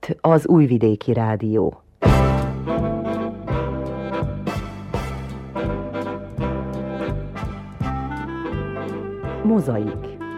itt az Újvidéki Rádió. Mozaik.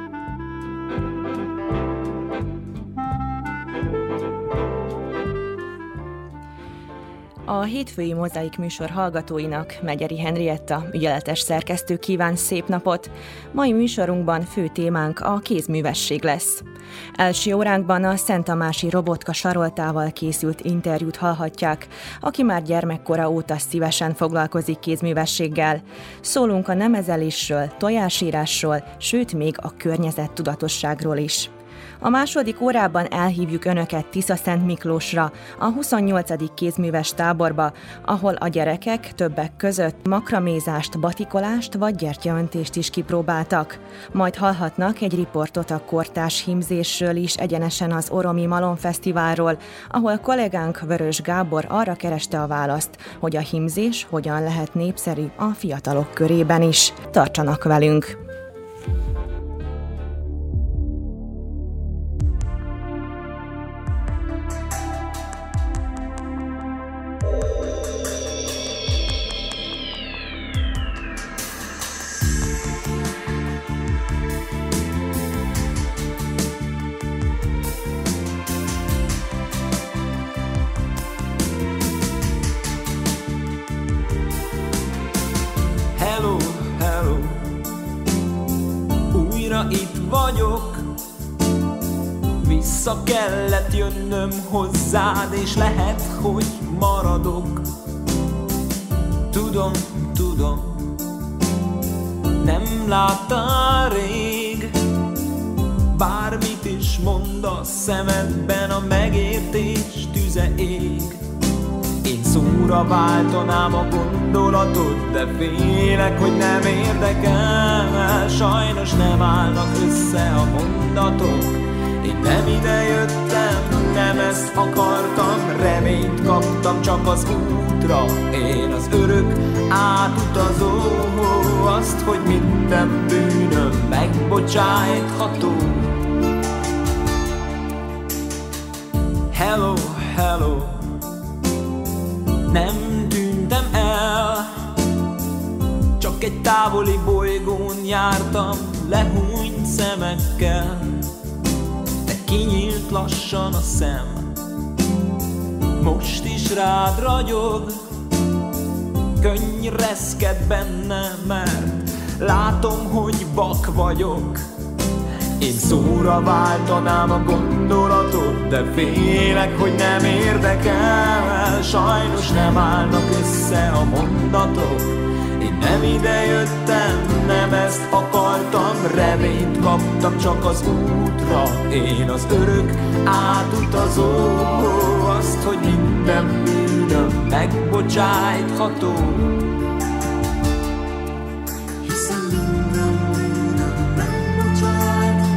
A hétfői Mozaik műsor hallgatóinak Megyeri Henrietta, ügyeletes szerkesztő kíván szép napot. Mai műsorunkban fő témánk a kézművesség lesz. Első óránkban a Szent Tamási Robotka Saroltával készült interjút hallhatják, aki már gyermekkora óta szívesen foglalkozik kézművességgel. Szólunk a nemezelésről, tojásírásról, sőt még a környezettudatosságról is. A második órában elhívjuk Önöket Tiszaszent Miklósra, a 28. kézműves táborba, ahol a gyerekek többek között makramézást, batikolást vagy gyertyaöntést is kipróbáltak. Majd hallhatnak egy riportot a kortárs hímzésről is egyenesen az Oromi Malom Fesztiválról, ahol kollégánk Vörös Gábor arra kereste a választ, hogy a hímzés hogyan lehet népszerű a fiatalok körében is. Tartsanak velünk! Vissza kellett jönnöm hozzád, és lehet, hogy maradok. Tudom, nem láttál rég. Bármit is mond, a szemedben a megértés tüze ég. Én szóra váltanám a gondolatot, de félek, hogy nem érdekel. Sajnos nem állnak össze a mondatok. Én nem ide jöttem, nem ezt akartam, reményt kaptam csak az útra. Én az örök átutazó, azt, hogy minden bűnöm megbocsájtható. Hello, nem tűntem el, csak egy távoli bolygón jártam lehúnyt szemekkel. Kinyílt lassan a szem, most is rád ragyog, könnyreszked benne, mert látom, hogy vak vagyok. Én szóra váltanám a gondolatot, de félek, hogy nem érdekel. Sajnos nem állnak össze a mondatok. Én nem ide jöttem, nem ezt akartam, reményt kaptam csak az útra. Én az örök átutazó, azt, hogy minden bűnöm megbocsájtható. Hiszen minden bűnöm megbocsájtható.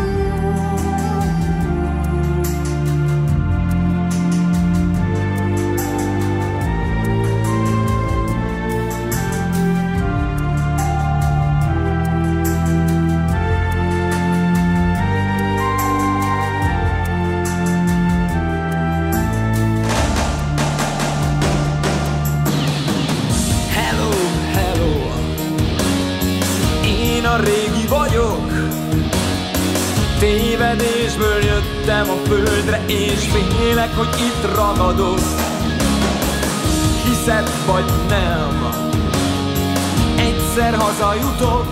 Tévedésből jöttem a földre, és félek, hogy itt ragadok. Hiszed vagy nem, egyszer hazajutok.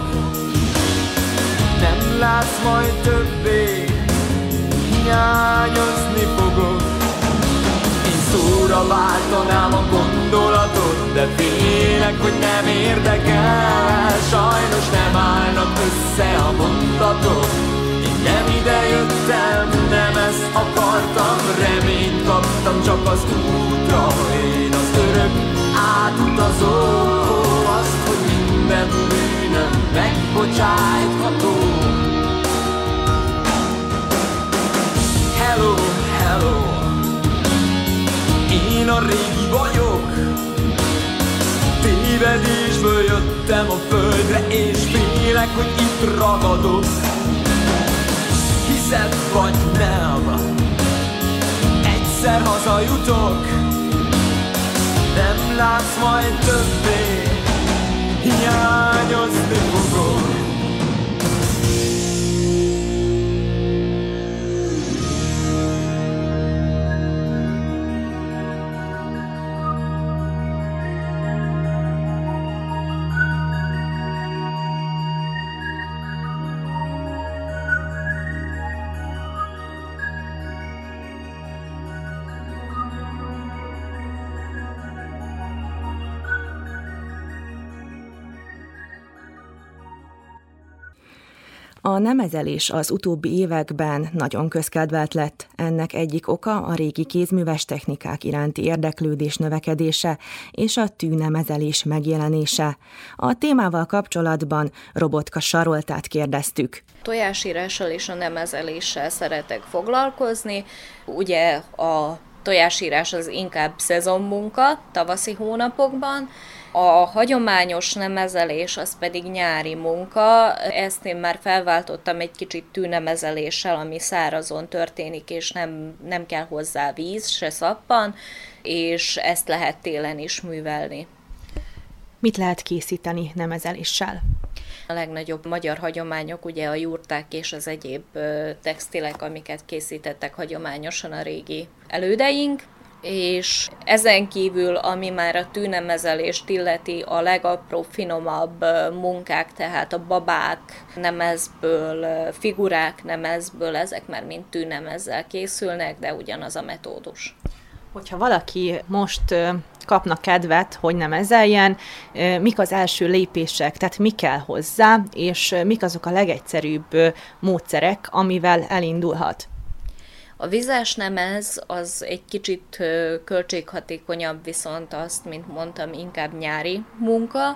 Nem látsz majd többé, hiányozni fogok. Én szóra váltanám a gondolatot, de félek, hogy nem érdekel. Sajnos nem állnak össze a mondatok. Nem ide jöttem, nem ezt akartam, reményt kaptam csak az útra. Én az örök átutazó, azt, hogy minden bűnöm megbocsájtható. Hello, én a régi vagyok. Tévedésből jöttem a földre, és félek, hogy itt ragadok. Hiszed vagy nem, jutok, nem látsz majd többé, hiányozni fogok. A nemezelés az utóbbi években nagyon közkedvelt lett. Ennek egyik oka a régi kézműves technikák iránti érdeklődés növekedése és a tűnemezelés megjelenése. A témával kapcsolatban Robotka Saroltát kérdeztük. Tojásírással és a nemezeléssel szeretek foglalkozni. Ugye a tojásírás az inkább szezonmunka, tavaszi hónapokban, a hagyományos nemezelés az pedig nyári munka, ezt én már felváltottam egy kicsit tűnemezeléssel, ami szárazon történik, és nem kell hozzá víz, se szappan, és ezt lehet télen is művelni. Mit lehet készíteni nemezeléssel? A legnagyobb magyar hagyományok ugye a jurták és az egyéb textilek, amiket készítettek hagyományosan a régi elődeink, és ezen kívül, ami már a tűnemezelést illeti, a legapróbb, finomabb munkák, tehát a babák nemezből, figurák nemezből, ezek már mind tűnemezzel készülnek, de ugyanaz a metódus. Hogyha valaki most kapna kedvet, hogy nemezeljen, mik az első lépések, tehát mi kell hozzá, és mik azok a legegyszerűbb módszerek, amivel elindulhat? A vizes nemez az egy kicsit költséghatékonyabb, viszont azt, mint mondtam, inkább nyári munka.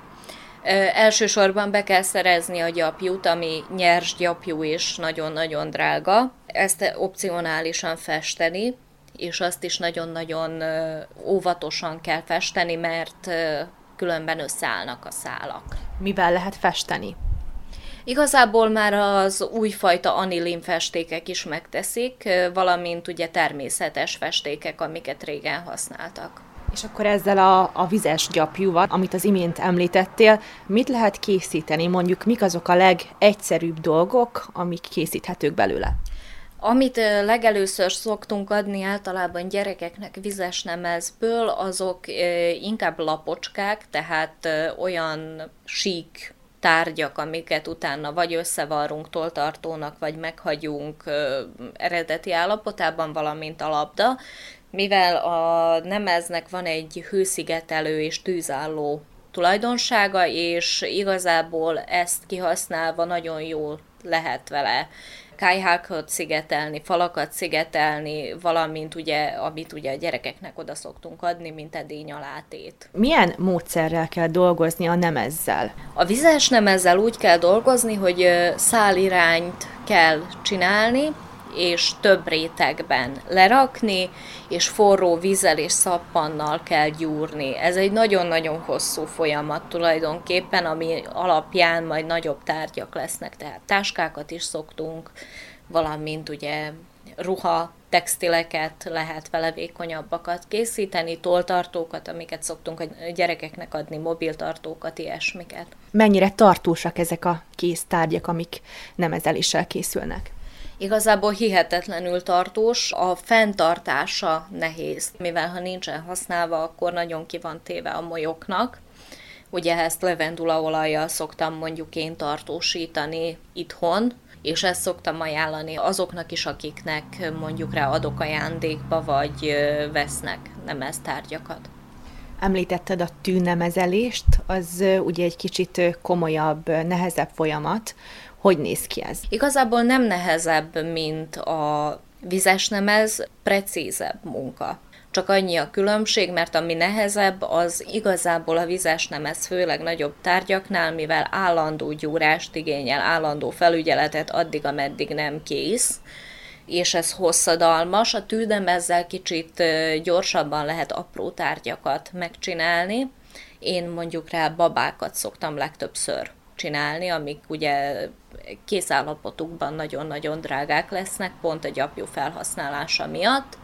Elsősorban be kell szerezni a gyapjút, ami nyers gyapjú és nagyon-nagyon drága. Ezt opcionálisan festeni, és azt is nagyon-nagyon óvatosan kell festeni, mert különben összeállnak a szálak. Mivel lehet festeni? Igazából már az újfajta anilin festékek is megteszik, valamint ugye természetes festékek, amiket régen használtak. És akkor ezzel a vizes gyapjúval, amit az imént említettél, mit lehet készíteni? Mondjuk mik azok a legegyszerűbb dolgok, amik készíthetők belőle? Amit legelőször szoktunk adni általában gyerekeknek vizes nemezből, azok inkább lapocskák, tehát olyan sík tárgyak, amiket utána vagy összevarrunk tolltartónak, vagy meghagyunk eredeti állapotában, valamint a labda, mivel a nemeznek van egy hőszigetelő és tűzálló tulajdonsága, és igazából ezt kihasználva nagyon jól lehet vele kályhákat szigetelni, falakat szigetelni, valamint ugye, amit ugye a gyerekeknek oda szoktunk adni, mint edényalátét. Milyen módszerrel kell dolgozni a nemezzel? A vizes nemezzel úgy kell dolgozni, hogy szálirányt kell csinálni, és több rétegben lerakni, és forró vízzel és szappannal kell gyúrni. Ez egy nagyon-nagyon hosszú folyamat tulajdonképpen, ami alapján majd nagyobb tárgyak lesznek, tehát táskákat is szoktunk, valamint ugye ruha, textileket lehet vele vékonyabbakat készíteni, tolltartókat, amiket szoktunk a gyerekeknek adni, mobiltartókat, ilyesmiket. Mennyire tartósak ezek a kéztárgyak, amik nemezeléssel készülnek? Igazából hihetetlenül tartós, a fenntartása nehéz, mivel ha nincsen használva, akkor nagyon ki van téve a molyoknak. Ugye ezt levendulaolajjal szoktam mondjuk én tartósítani itthon, és ezt szoktam ajánlani azoknak is, akiknek mondjuk rá adok ajándékba, vagy vesznek nemeztárgyakat. Említetted a tűnemezelést, az ugye egy kicsit komolyabb, nehezebb folyamat. Hogy néz ki ez? Igazából nem nehezebb, mint a vizes nemez, precízebb munka. Csak annyi a különbség, mert ami nehezebb, az igazából a vizes nemez, főleg nagyobb tárgyaknál, mivel állandó gyúrást igényel, állandó felügyeletet addig, ameddig nem kész, és ez hosszadalmas. A tűnemezzel kicsit gyorsabban lehet apró tárgyakat megcsinálni. Én mondjuk rá babákat szoktam legtöbbször csinálni, amik ugye készállapotukban nagyon-nagyon drágák lesznek, pont a gyapjú felhasználása miatt,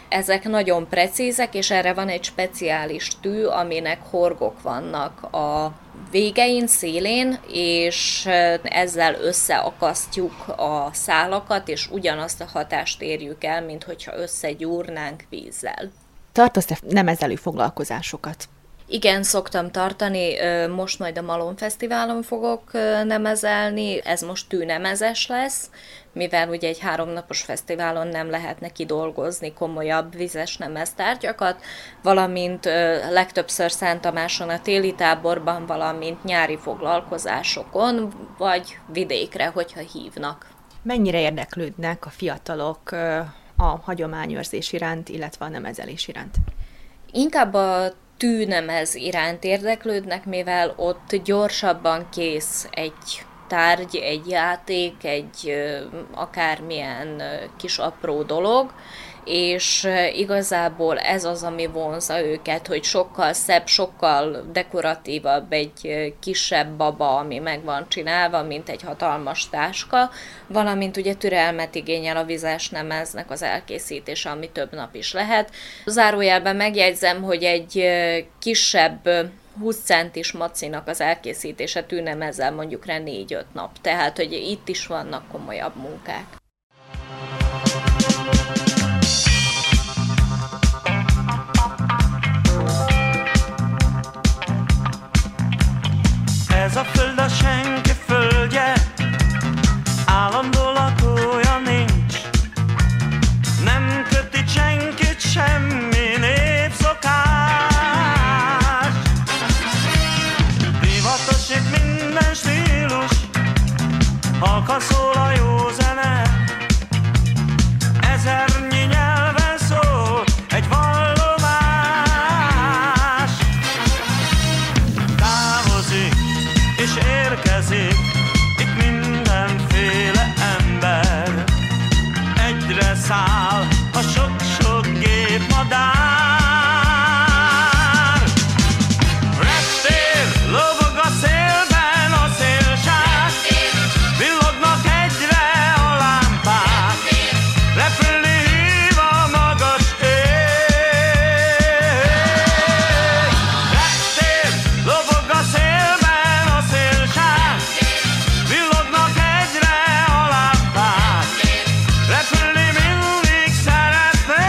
Ezek nagyon precízek, és erre van egy speciális tű, aminek horgok vannak a végein, szélén, és ezzel összeakasztjuk a szálakat, és ugyanazt a hatást érjük el, mint hogyha összegyúrnánk vízzel. Tartasz-e nemezelő foglalkozásokat? Igen, szoktam tartani, most majd a Malom Fesztiválon fogok nemezelni, ez most tűnemezes lesz, mivel ugye egy 3 napos fesztiválon nem lehetne kidolgozni komolyabb vizes nemeztárgyakat, valamint legtöbbször Szent Tamáson a téli táborban, valamint nyári foglalkozásokon, vagy vidékre, hogyha hívnak. Mennyire érdeklődnek a fiatalok a hagyományőrzés iránt, illetve a nemezelés iránt? Inkább a tűnemez iránt érdeklődnek, mivel ott gyorsabban kész egy tárgy, egy játék, egy akármilyen kis apró dolog, és igazából ez az, ami vonzza őket, hogy sokkal szebb, sokkal dekoratívabb egy kisebb baba, ami meg van csinálva, mint egy hatalmas táska, valamint ugye türelmet igényel a vizes nemeznek az elkészítése, ami több nap is lehet. Zárójelben megjegyzem, hogy egy kisebb 20 centis macinak az elkészítése tűnemezzel mondjuk rá 4-5 nap, tehát hogy itt is vannak komolyabb munkák. Ez a föld a senki földje, állandó lakója nincs. Nem köti senkit semmi népszokás. Divatos itt minden stílus, halkan szól a jó zene. Ezernyi nyelven szól egy vallomás. Távozik és érkezik itt mindenféle ember. Egyre száll a sok-sok gépmadár. Reptér lobog a szélben a szélsák, villognak egyre a lámpák, repülni hív a magas ég. Reptér lobog a szélben a szélsák, villognak egyre a lámpák, repülni mindig szeretnék.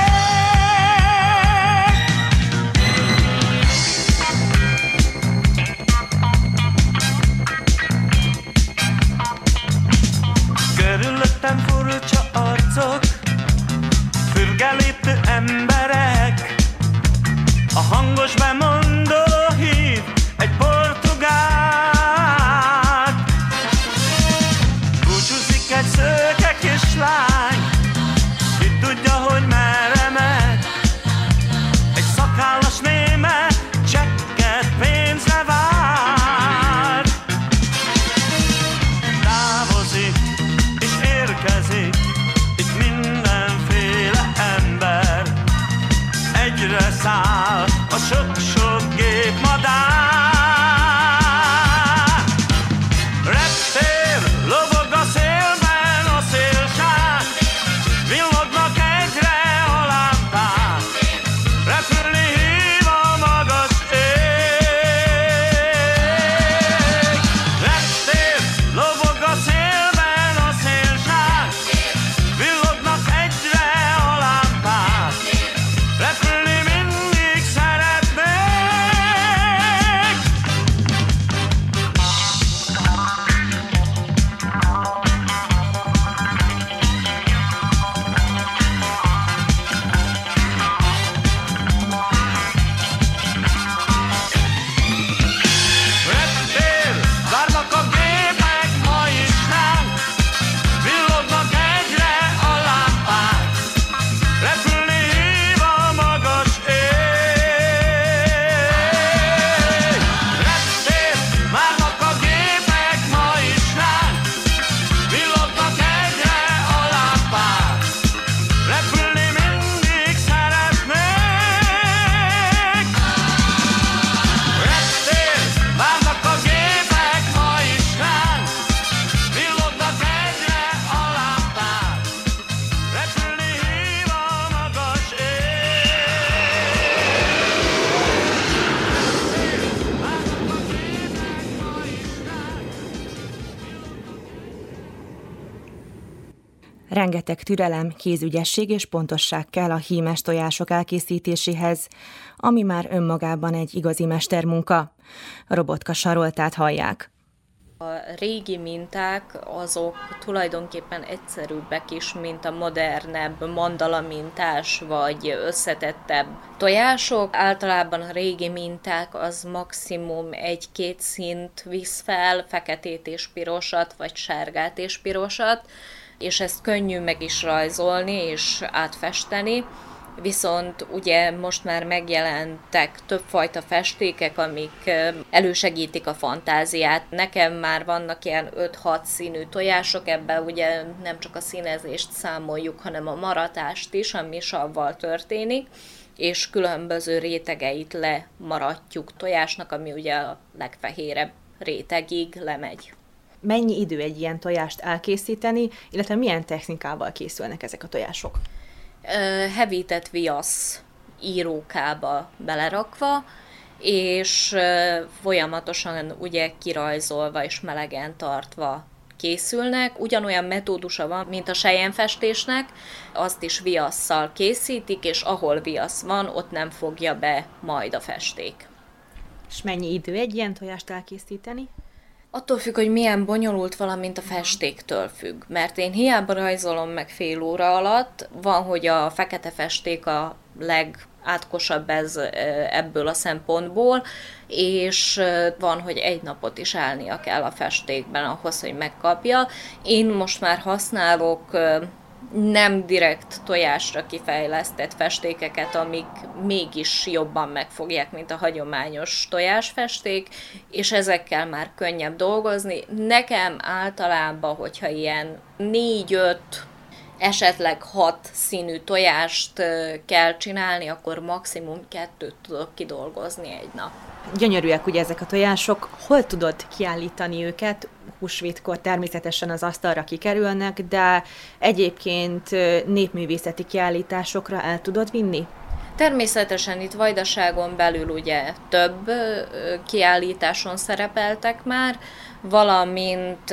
Körülöttem furcsa arcok, fürgelítő emberek, a hangos bemondó hív egy portugál. Búcsúzik egy szőke kislány, ki tudja, hogy merre megy. Egy szakállas néme csekket pénzre vár. Távozik és érkezik itt mindenféle ember. Egyre száll a sok-sok Rengeteg türelem, kézügyesség és pontosság kell a hímes tojások elkészítéséhez, ami már önmagában egy igazi mestermunka. Robotka Saroltát hallják. A régi minták azok tulajdonképpen egyszerűbbek is, mint a modernebb mandala mintás vagy összetettebb tojások. Általában a régi minták az maximum 1-2 színt visz fel, feketét és pirosat, vagy sárgát és pirosat, és ezt könnyű meg is rajzolni és átfesteni. Viszont ugye most már megjelentek többfajta festékek, amik elősegítik a fantáziát. Nekem már vannak ilyen 5-6 színű tojások, ebben ugye nem csak a színezést számoljuk, hanem a maratást is, ami savval történik, és különböző rétegeit lemaratjuk tojásnak, ami ugye a legfehérebb rétegig lemegy. Mennyi idő egy ilyen tojást elkészíteni, illetve milyen technikával készülnek ezek a tojások? Hevített viasz írókába belerakva, és folyamatosan ugye kirajzolva és melegen tartva készülnek. Ugyanolyan metódusa van, mint a selyemfestésnek, azt is viasszal készítik, és ahol viasz van, ott nem fogja be majd a festék. És mennyi idő egy ilyen tojást elkészíteni? Attól függ, hogy milyen bonyolult, valamint a festéktől függ. Mert én hiába rajzolom meg fél óra alatt, van, hogy a fekete festék a legátkosabb ebből a szempontból, és van, hogy egy napot is állnia kell a festékben ahhoz, hogy megkapja. Én most már használok nem direkt tojásra kifejlesztett festékeket, amik mégis jobban megfogják, mint a hagyományos tojásfesték, és ezekkel már könnyebb dolgozni. Nekem általában, hogyha ilyen 4-5, esetleg 6 színű tojást kell csinálni, akkor maximum 2 tudok kidolgozni egy nap. Gyönyörűek ugye ezek a tojások. Hol tudod kiállítani őket? Húsvétkor természetesen az asztalra kikerülnek, de egyébként népművészeti kiállításokra el tudod vinni? Természetesen itt Vajdaságon belül ugye több kiállításon szerepeltek már, valamint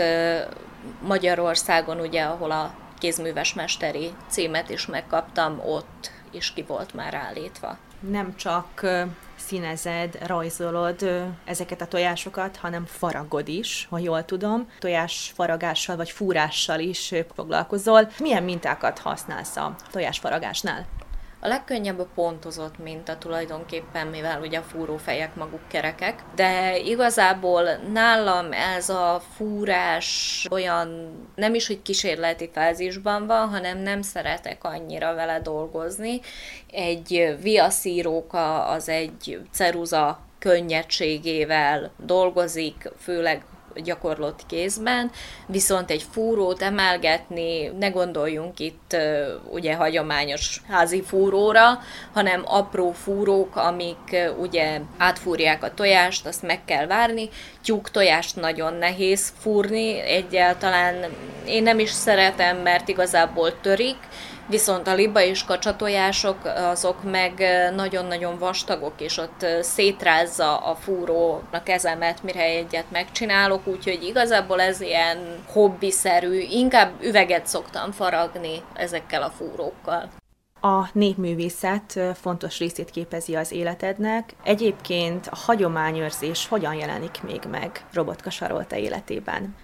Magyarországon ugye, ahol a kézműves mesteri címet is megkaptam, ott is ki volt már állítva. Nem csak színezed, rajzolod ezeket a tojásokat, hanem faragod is, ha jól tudom. Tojásfaragással vagy fúrással is foglalkozol. Milyen mintákat használsz a tojásfaragásnál? A legkönnyebb a pontozott minta tulajdonképpen, mivel ugye a fúrófejek maguk kerekek, de igazából nálam ez a fúrás olyan nem is, hogy kísérleti fázisban van, hanem nem szeretek annyira vele dolgozni. Egy viaszíróka az egy ceruza könnyedségével dolgozik, főleg gyakorlott kézben, viszont egy fúrót emelgetni, ne gondoljunk itt ugye hagyományos házi fúróra, hanem apró fúrók, amik ugye átfúrják a tojást, azt meg kell várni. Tyúk tojást nagyon nehéz fúrni, egyáltalán én nem is szeretem, mert igazából törik, viszont a liba és kacsatojások azok meg nagyon-nagyon vastagok, és ott szétrázza a fúró a kezemet, mire egyet megcsinálok, úgyhogy igazából ez ilyen hobbiszerű, inkább üveget szoktam faragni ezekkel a fúrókkal. A népművészet fontos részét képezi az életednek. Egyébként a hagyományőrzés hogyan jelenik még meg Robotka Sarolta életében?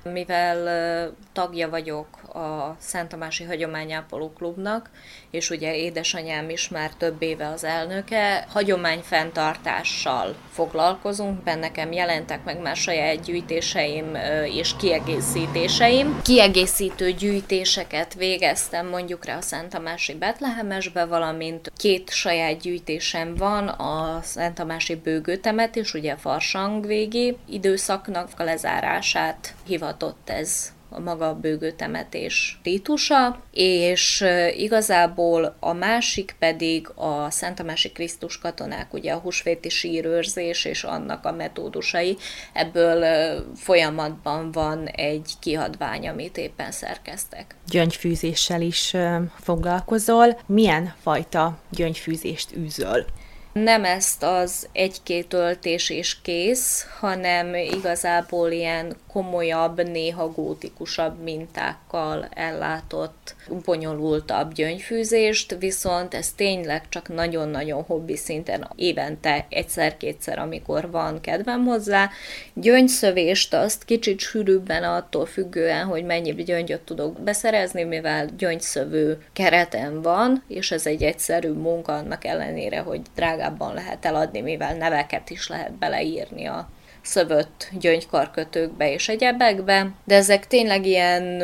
Mivel tagja vagyok a Szent Tamási Hagyományápoló Klubnak, és ugye édesanyám is már több éve az elnöke, hagyományfenntartással foglalkozunk, nekem jelentek meg már saját gyűjtéseim és kiegészítéseim. Kiegészítő gyűjtéseket végeztem mondjuk rá a Szent Tamási Betlehemesbe, valamint 2 saját gyűjtésem van, a Szent Tamási bőgőtemetés, ugye a farsangvégi időszaknak a lezárását hivatott ez a maga bőgőtemetés rítusa, és igazából a másik pedig a Szent Tamási Krisztus katonák, ugye a húsvéti sírőrzés és annak a metódusai. Ebből folyamatban van egy kiadvány, amit éppen szerkeztek. Gyöngyfűzéssel is foglalkozol. Milyen fajta gyöngyfűzést űzöl? nem ezt az 1-2 töltés és kész, hanem igazából ilyen komolyabb, néha gótikusabb mintákkal ellátott, bonyolultabb gyöngyfűzést, viszont ez tényleg csak nagyon-nagyon hobbi szinten évente 1-2-szer, amikor van kedvem hozzá. Gyöngyszövést azt kicsit sűrűbben attól függően, hogy mennyi gyöngyöt tudok beszerezni, mivel gyöngyszövő keretem van, és ez egy egyszerű munka annak ellenére, hogy drágábban lehet eladni, mivel neveket is lehet beleírni a szövött gyöngykarkötőkbe és egyebekbe, de ezek tényleg ilyen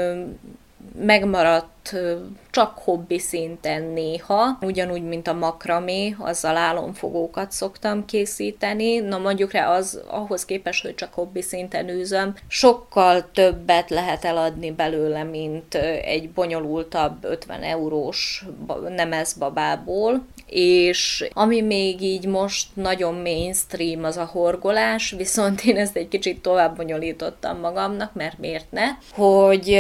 megmaradt csak hobbi szinten néha, ugyanúgy, mint a makramé, azzal álomfogókat szoktam készíteni, na mondjuk rá az, ahhoz képest, hogy csak hobbi szinten űzöm, sokkal többet lehet eladni belőle, mint egy bonyolultabb 50 eurós nemezbabából, és ami még így most nagyon mainstream, az a horgolás, viszont én ezt egy kicsit tovább bonyolítottam magamnak, mert miért ne, hogy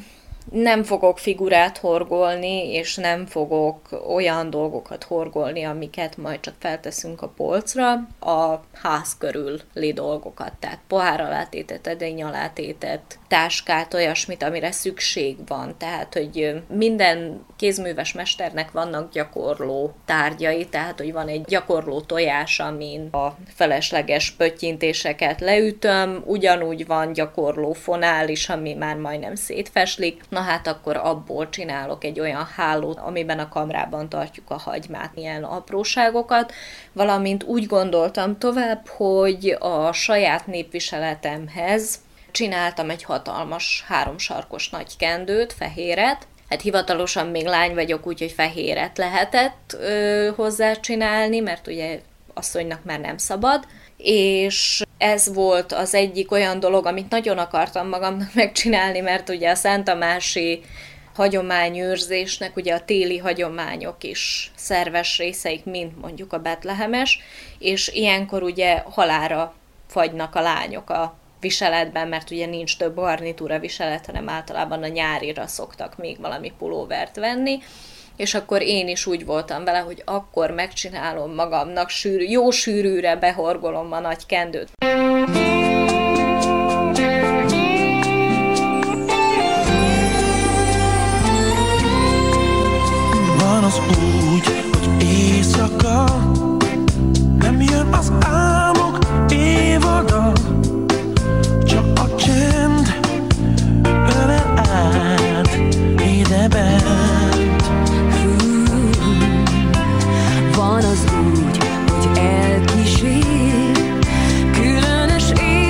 nem fogok figurát horgolni, és nem fogok olyan dolgokat horgolni, amiket majd csak felteszünk a polcra, a ház körüli dolgokat, tehát pohár alátétet, edény alátétet, táskát, olyasmit, amire szükség van. Tehát, hogy minden kézműves mesternek vannak gyakorló tárgyai, tehát, hogy van egy gyakorló tojás, amin a felesleges pöttyintéseket leütöm, ugyanúgy van gyakorló fonál is, ami már majdnem szétfeslik. Na hát akkor abból csinálok egy olyan hálót, amiben a kamrában tartjuk a hagymát, ilyen apróságokat, valamint úgy gondoltam tovább, hogy a saját népviseletemhez csináltam egy hatalmas 3 sarkos nagy kendőt, fehéret. Hát hivatalosan még lány vagyok, úgyhogy fehéret lehetett hozzá csinálni, mert ugye asszonynak már nem szabad, és ez volt az egyik olyan dolog, amit nagyon akartam magamnak megcsinálni, mert ugye a szenttamási hagyományőrzésnek ugye a téli hagyományok is szerves részeik, mint mondjuk a betlehemes, és ilyenkor ugye halálra fagynak a lányok a viseletben, mert ugye nincs több garnitúra viselet, hanem általában a nyárira szoktak még valami pulóvert venni, és akkor én is úgy voltam vele, hogy akkor megcsinálom magamnak, jó sűrűre behorgolom a nagy kendőt. Van az úgy, hogy éjszaka nem jön az álmok évada, csak a csend ölel át idebent. Van az úgy, hogy elkísér különös év.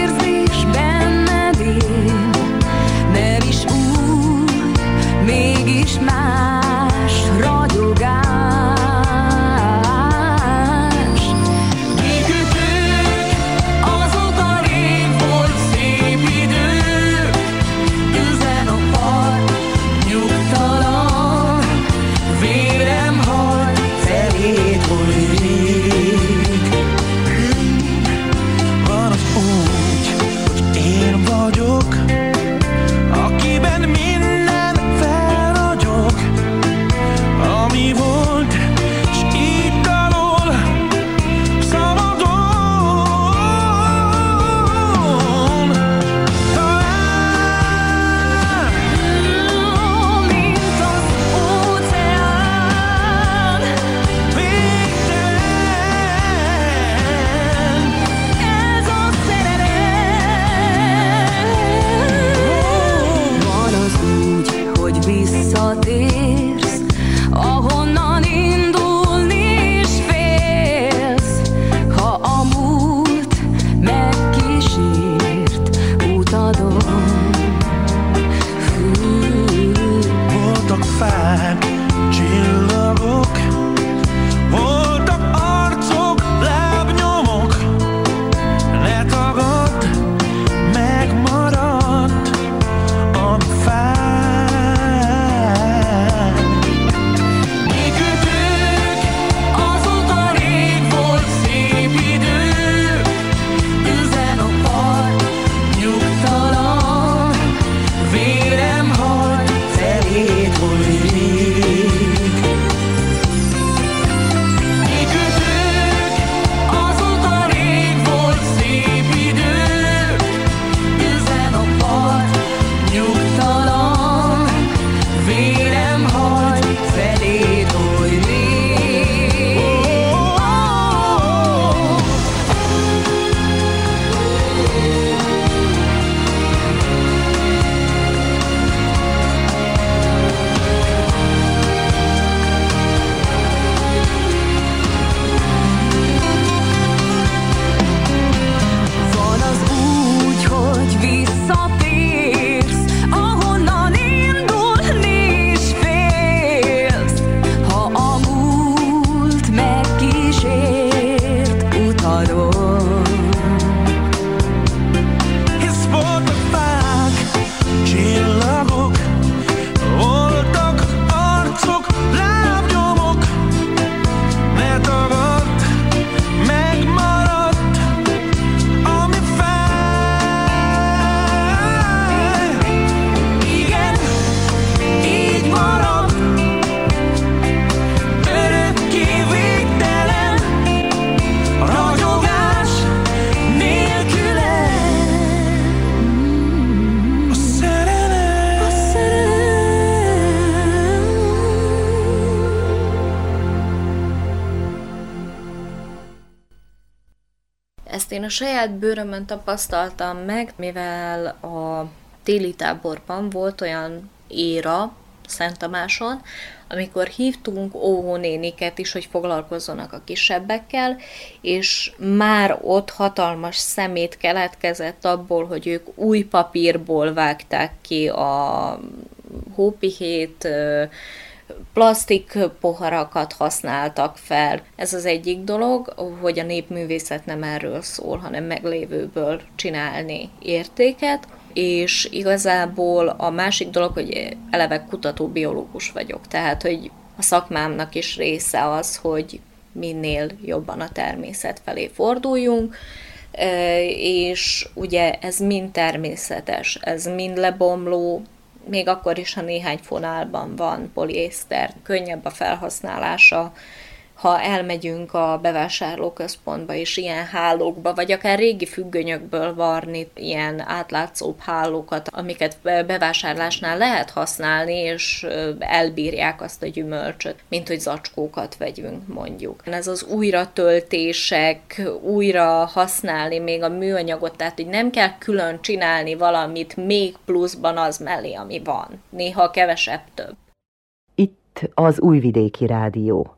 Ezt én a saját bőrömön tapasztaltam meg, mivel a téli táborban volt olyan éra Szent Tamáson, amikor hívtunk óvónéniket is, hogy foglalkozzanak a kisebbekkel, és már ott hatalmas szemét keletkezett abból, hogy ők új papírból vágták ki a hópihét, plastik poharakat használtak fel. Ez az egyik dolog, hogy a népművészet nem erről szól, hanem meglévőből csinálni értéket, és igazából a másik dolog, hogy eleve kutatóbiológus vagyok, tehát hogy a szakmámnak is része az, hogy minél jobban a természet felé forduljunk, és ugye ez mind természetes, ez mind lebomló, még akkor is, ha néhány fonálban van poliészter, könnyebb a felhasználása, ha elmegyünk a bevásárlóközpontba és ilyen hálókba, vagy akár régi függönyökből varni ilyen átlátszóbb hálókat, amiket bevásárlásnál lehet használni, és elbírják azt a gyümölcsöt, mint hogy zacskókat vegyünk mondjuk. Ez az újratöltések, újra használni még a műanyagot, tehát hogy nem kell külön csinálni valamit még pluszban az mellé, ami van. Néha kevesebb több. Itt az Újvidéki Rádió.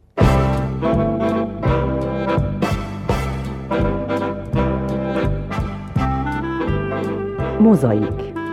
Mozaik.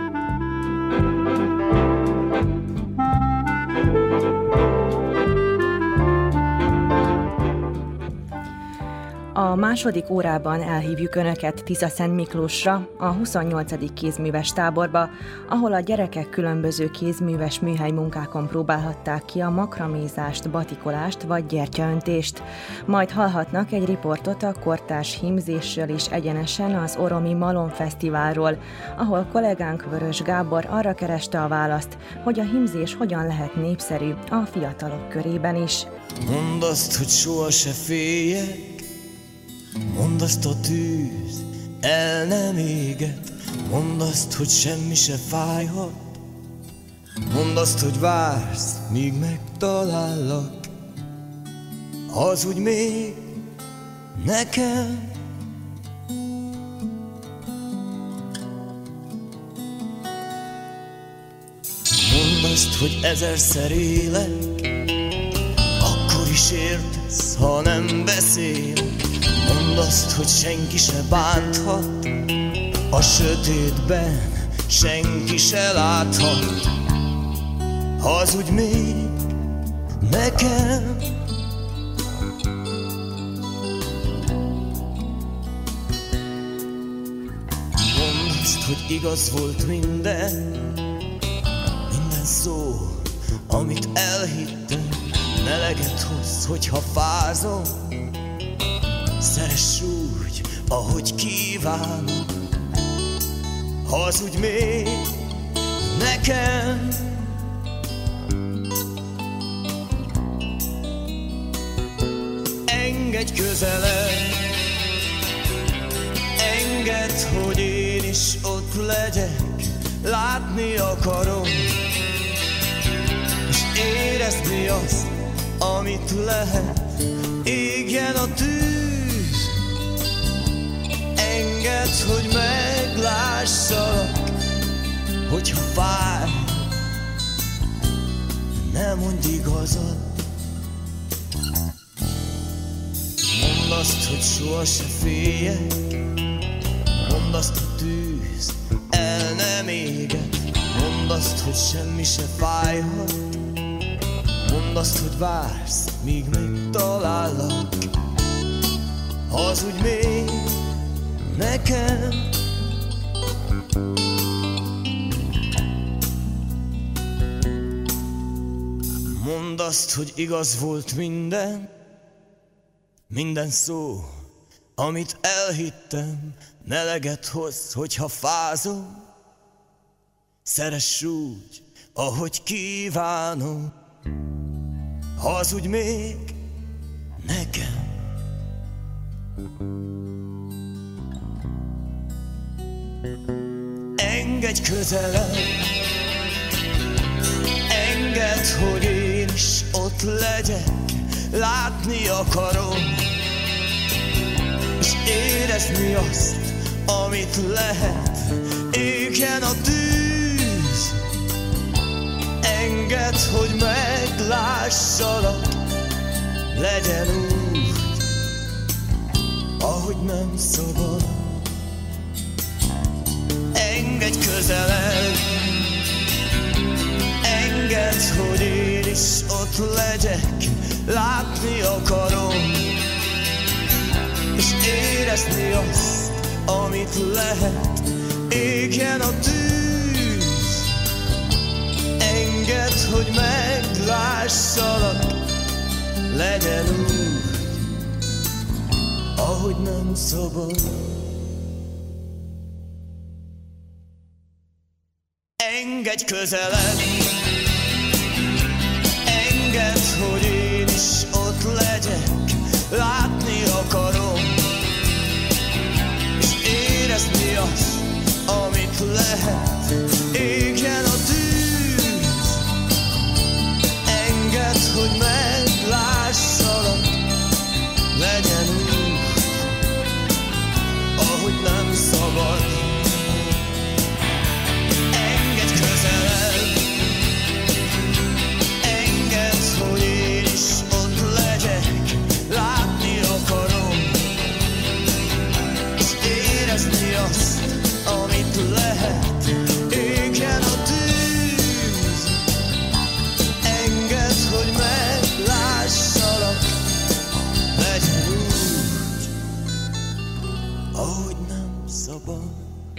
A második órában elhívjuk Önöket Tiszaszent Miklósra, a 28. kézműves táborba, ahol a gyerekek különböző kézműves műhelymunkákon próbálhatták ki a makramézást, batikolást vagy gyertyaöntést. Majd hallhatnak egy riportot a kortárs hímzésről is egyenesen az Oromi Malom Fesztiválról, ahol kollégánk Vörös Gábor arra kereste a választ, hogy a hímzés hogyan lehet népszerű a fiatalok körében is. Mondd azt, hogy soha se féljek, mondd azt, a tűz el nem éget, mondd azt, hogy semmi se fájhat, mondd azt, hogy vársz, míg megtalállak, hazudj még nekem. Mondd azt, hogy ezerszer élek, akkor is értesz, ha nem beszélek. Mondd azt, hogy senki se bánthat, a sötétben senki se láthat, hazudj még nekem. Mondd azt, hogy igaz volt minden szó, amit elhittem, meleget hoz, hogyha fázom. Szeress úgy, ahogy kívánom, hazudj még nekem. Engedj közelebb, engedd, hogy én is ott legyek, látni akarom, és érezni azt, amit lehet, égjen a tűz. Engedd, hogy meglássalak, hogyha fáj, ne mondj igazat. Mondd azt, hogy soha se féljek, mondd azt, a tűz el nem éget, mondd azt, hogy semmi se fájhat, mondd azt, hogy vársz, míg megtalállak, hazudj még nekem. Mondd azt, hogy igaz volt minden szó, amit elhittem, meleget hoz, hogyha fázom. Szeress úgy, ahogy kívánom, hazudj még nekem. Engedj közelebb, engedd, hogy én is ott legyek, látni akarom, és érezni azt, amit lehet. Égjen a tűz, engedd, hogy meglássalak. Legyen úgy, ahogy nem szabad. Engedj közelebb, engedd, hogy én is ott legyek. Látni akarom, és érezni azt, amit lehet. Égjen a tűz, engedd, hogy meglássalak. Legyen úgy, ahogy nem szabad. Engedj közelebb, engedd, hogy én is ott legyek. Látni akarom, és érezni azt, amit lehet. Égjen a tűz, engedd, hogy meglássalak. Legyen úgy, ahogy nem szabad. Engedj közelebb, engedd, hogy én is ott legyek. Látni akarom, és érezni azt, amit lehet. Égjen a tűz, engedd, hogy meglássalak. Legyen úgy, ahogy nem szabad.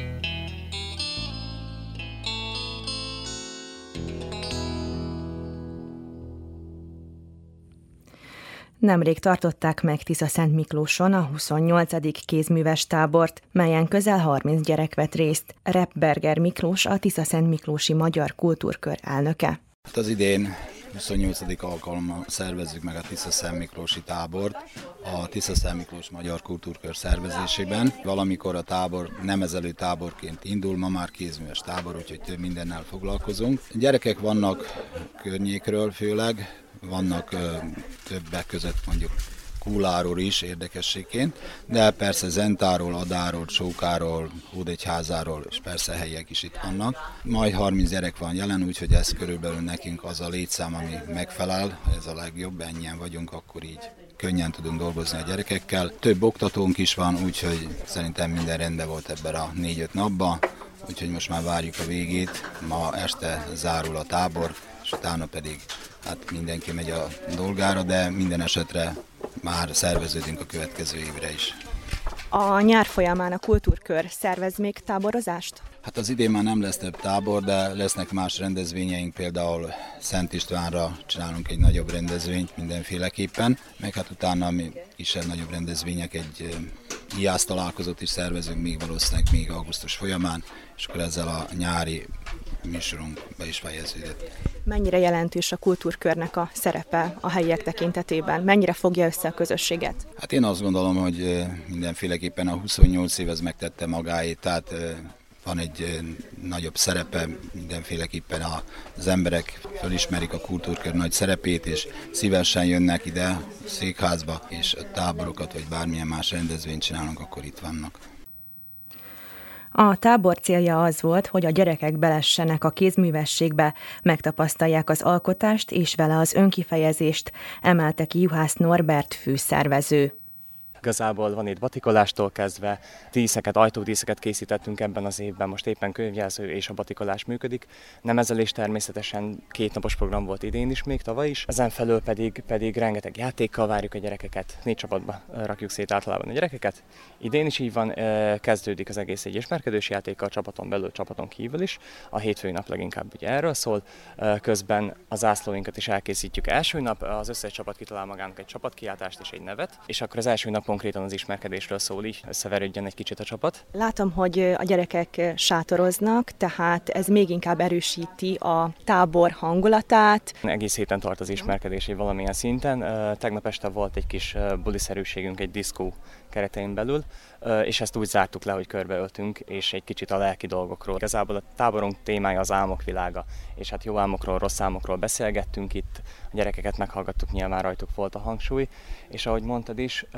Nemrég tartották meg Tiszaszentmiklóson a 28. kézműves tábort, melyen közel 30 gyerek vett részt. Repberger Miklós, a Tiszaszentmiklósi Magyar Kultúrkör elnöke. Az idén 28. alkalommal szervezzük meg a Tiszaszentmiklósi tábort a Tiszaszentmiklós Magyar Kultúrkör szervezésében. Valamikor a tábor nemezelő táborként indul, ma már kézműves tábor, úgyhogy több mindennel foglalkozunk. Gyerekek vannak környékről főleg, vannak többek között mondjuk Kúláról is érdekességként, de persze Zentáról, Adáról, Csókáról, Hódegyházáról, és persze helyiek is itt vannak. Majd 30 gyerek van jelen, úgyhogy ez körülbelül nekünk az a létszám, ami megfelel, ez a legjobb, ennyien vagyunk, akkor így könnyen tudunk dolgozni a gyerekekkel. Több oktatónk is van, úgyhogy szerintem minden rendben volt ebben a 4-5 napban, úgyhogy most már várjuk a végét. Ma este zárul a tábor, és utána pedig hát mindenki megy a dolgára, de minden esetre már szerveződünk a következő évre is. A nyár folyamán a Kultúrkör szervez még táborozást? Hát az idén már nem lesz több tábor, de lesznek más rendezvényeink, például Szent Istvánra csinálunk egy nagyobb rendezvényt mindenféleképpen, meg hát utána mi kisebb nagyobb rendezvények, egy IASZ találkozót is szervezünk még valószínűleg még augusztus folyamán, és akkor ezzel a nyári műsorunk be is fejeződött. Mennyire jelentős a Kultúrkörnek a szerepe a helyiek tekintetében? Mennyire fogja össze a közösséget? Hát én azt gondolom, hogy mindenféleképpen a 28 év ez megtette magáét, tehát van egy nagyobb szerepe, mindenféleképpen az emberek felismerik a Kultúrkör nagy szerepét, és szívesen jönnek ide a székházba, és a táborokat, vagy bármilyen más rendezvényt csinálunk, akkor itt vannak. A tábor célja az volt, hogy a gyerekek belessenek a kézművességbe, megtapasztalják az alkotást és vele az önkifejezést, emelte ki Juhász Norbert főszervező. Igazából van itt batikolástól kezdve, ajtódíszeket készítettünk ebben az évben, most éppen könyvjelző és a batikolás működik. Nemezelés természetesen 2 napos program volt idén is, még tavaly is. Ezen felül pedig rengeteg játékkal várjuk a gyerekeket, 4 csapatba rakjuk szét általában a gyerekeket. Idén is így van, kezdődik az egész egy ismerkedős játékkal, csapaton belül, csapaton kívül is. A hétfői nap leginkább ugye erről szól, közben a zászlóinkat is elkészítjük első nap, az összes csapat kitalál magának egy csapatkiáltást és egy nevet, és akkor az első nap konkrétan az ismerkedésről szól, így összeverődjön egy kicsit a csapat. Látom, hogy a gyerekek sátoroznak, tehát ez még inkább erősíti a tábor hangulatát. Egész héten tart az ismerkedés valamilyen szinten. Tegnap este volt egy kis buliszerűségünk egy diszkó keretein belül, és ezt úgy zártuk le, hogy körbeöltünk, és egy kicsit a lelki dolgokról. Igazából a táborunk témája az álmok világa, és hát jó álmokról, rossz álmokról beszélgettünk itt, a gyerekeket meghallgattuk, nyilván rajtuk volt a hangsúly, és ahogy mondtad is,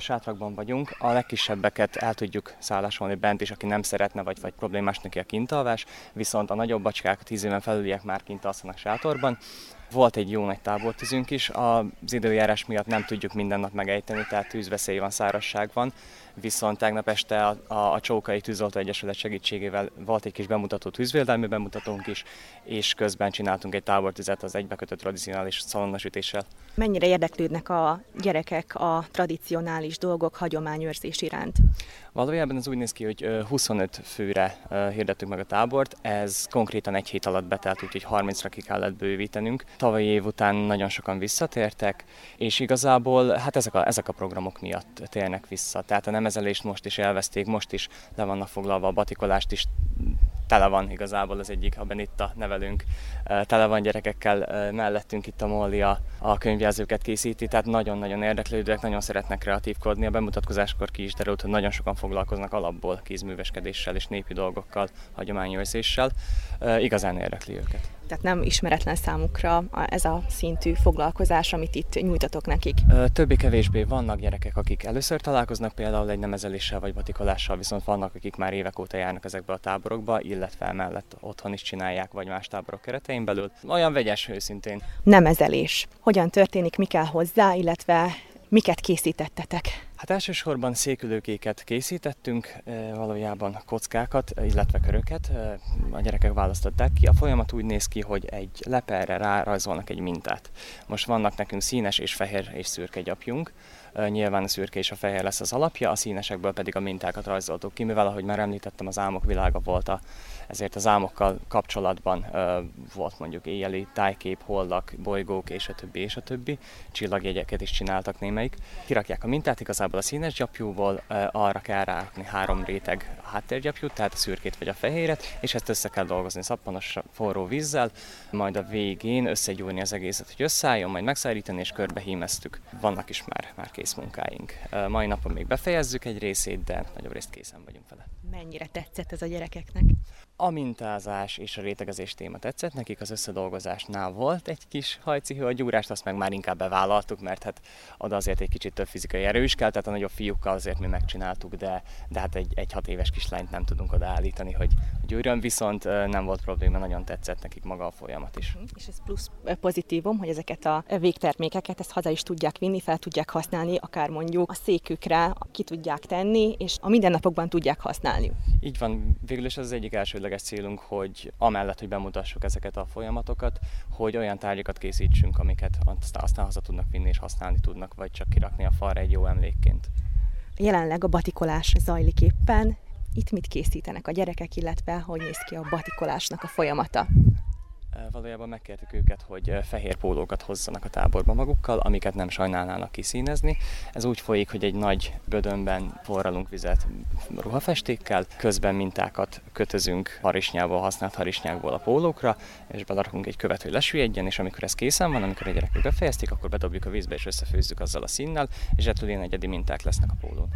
sátrakban vagyunk, a legkisebbeket el tudjuk szállásolni bent is, aki nem szeretne, vagy problémás neki a kintalvás, viszont a nagyobb bacskák, a 10 éven felüliek már kint alszanak sátorban. Volt egy jó nagy tábortűzünk is, az időjárás miatt nem tudjuk minden nap megejteni, tehát tűzveszély van, szárazság van, viszont tegnap este a Csókai Tűzoltó Egyesület segítségével volt egy kis bemutató, tűzvédelmi bemutatónk is, és közben csináltunk egy tábortüzet az egybekötött tradicionális szalonnasütéssel. Mennyire érdeklődnek a gyerekek a tradicionális dolgok hagyományőrzés iránt? Valójában ez úgy néz ki, hogy 25 főre hirdettük meg a tábort, ez konkrétan egy hét alatt betelt, úgyhogy 30-ra ki kellett bővítenünk. Tavalyi év után nagyon sokan visszatértek, és igazából hát ezek a programok miatt térnek vissza. Tehát a nemezelést most is elveszték, most is le vannak foglalva, a batikolást is tele van igazából az egyik, a Benitta nevelünk, tele van gyerekekkel, mellettünk itt a Molly a könyvjelzőket készíti, tehát nagyon-nagyon érdeklődőek, nagyon szeretnek kreatívkodni. A bemutatkozáskor ki is derült, hogy nagyon sokan foglalkoznak alapból kézműveskedéssel és népi dolgokkal, hagyományőrzéssel. Igazán érdekli őket. Tehát nem ismeretlen számukra ez a szintű foglalkozás, amit itt nyújtatok nekik? Többé-kevésbé vannak gyerekek, akik először találkoznak például egy nemezeléssel vagy batikolással, viszont vannak, akik már évek óta járnak ezekbe a táborokba, illetve emellett otthon is csinálják, vagy más táborok keretein belül. Olyan vegyes őszintén. Nemezelés. Hogyan történik, mi kell hozzá, illetve miket készítettetek? Hát elsősorban székülőkéket készítettünk, valójában kockákat, illetve köröket, a gyerekek választották ki. A folyamat úgy néz ki, hogy egy leperre rárajzolnak egy mintát. Most vannak nekünk színes és fehér és szürke gyapjunk. Nyilván a szürke és a fehér lesz az alapja, a színesekből pedig a mintákat rajzoltuk ki, mivel ahogy már említettem, az álmok világa volt, ezért az álmokkal kapcsolatban volt mondjuk éjjeli tájkép, holdak, bolygók és a többi. Csillagjegyeket is csináltak némelyik. Kirakják a mintát, igazából a színes gyapjúból arra kell rárakni 3 réteg háttérgyapjút, tehát a szürkét vagy a fehéret, és ezt össze kell dolgozni szappanos forró vízzel, majd a végén összegyúrni az egészet, hogy összeálljon, majd megszárítani és körbehímeztük. Vannak is már kész munkáink. Mai napon még befejezzük egy részét, de nagyobb részt készen vagyunk vele. Mennyire tetszett ez a gyerekeknek? A mintázás és a rétegezés téma tetszett nekik, az összedolgozásnál volt egy kis hajcihő, a gyúrást azt meg már inkább bevállaltuk, mert hát oda azért egy kicsit több fizikai erő is kell, tehát a nagyobb fiúkkal azért mi megcsináltuk, de hát egy 6 éves kislányt nem tudunk odaállítani, hogy gyúrjon, viszont nem volt probléma, nagyon tetszett nekik maga a folyamat is. És ez plusz pozitívum, hogy ezeket a végtermékeket ezt haza is tudják vinni, fel tudják használni, akár mondjuk a székükre ki tudják tenni, és a mindennapokban tudják használni. Így van, végül is ez az egyik elsődleges célunk, hogy amellett, hogy bemutassuk ezeket a folyamatokat, hogy olyan tárgyakat készítsünk, amiket aztán haza tudnak vinni és használni tudnak, vagy csak kirakni a falra egy jó emlékként. Jelenleg a batikolás zajlik éppen. Itt mit készítenek a gyerekek, illetve hogy néz ki a batikolásnak a folyamata? Valójában megkértük őket, hogy fehér pólókat hozzanak a táborba magukkal, amiket nem sajnálnának kiszínezni. Ez úgy folyik, hogy egy nagy bödönben forralunk vizet ruhafestékkel, közben mintákat kötözünk harisnyából, használt harisnyákból a pólókra, és belerakunk egy követ, hogy lesüllyedjen, és amikor ez készen van, amikor a gyerekek befejezték, akkor bedobjuk a vízbe és összefőzzük azzal a színnel, és ettől ilyen egyedi minták lesznek a pólón.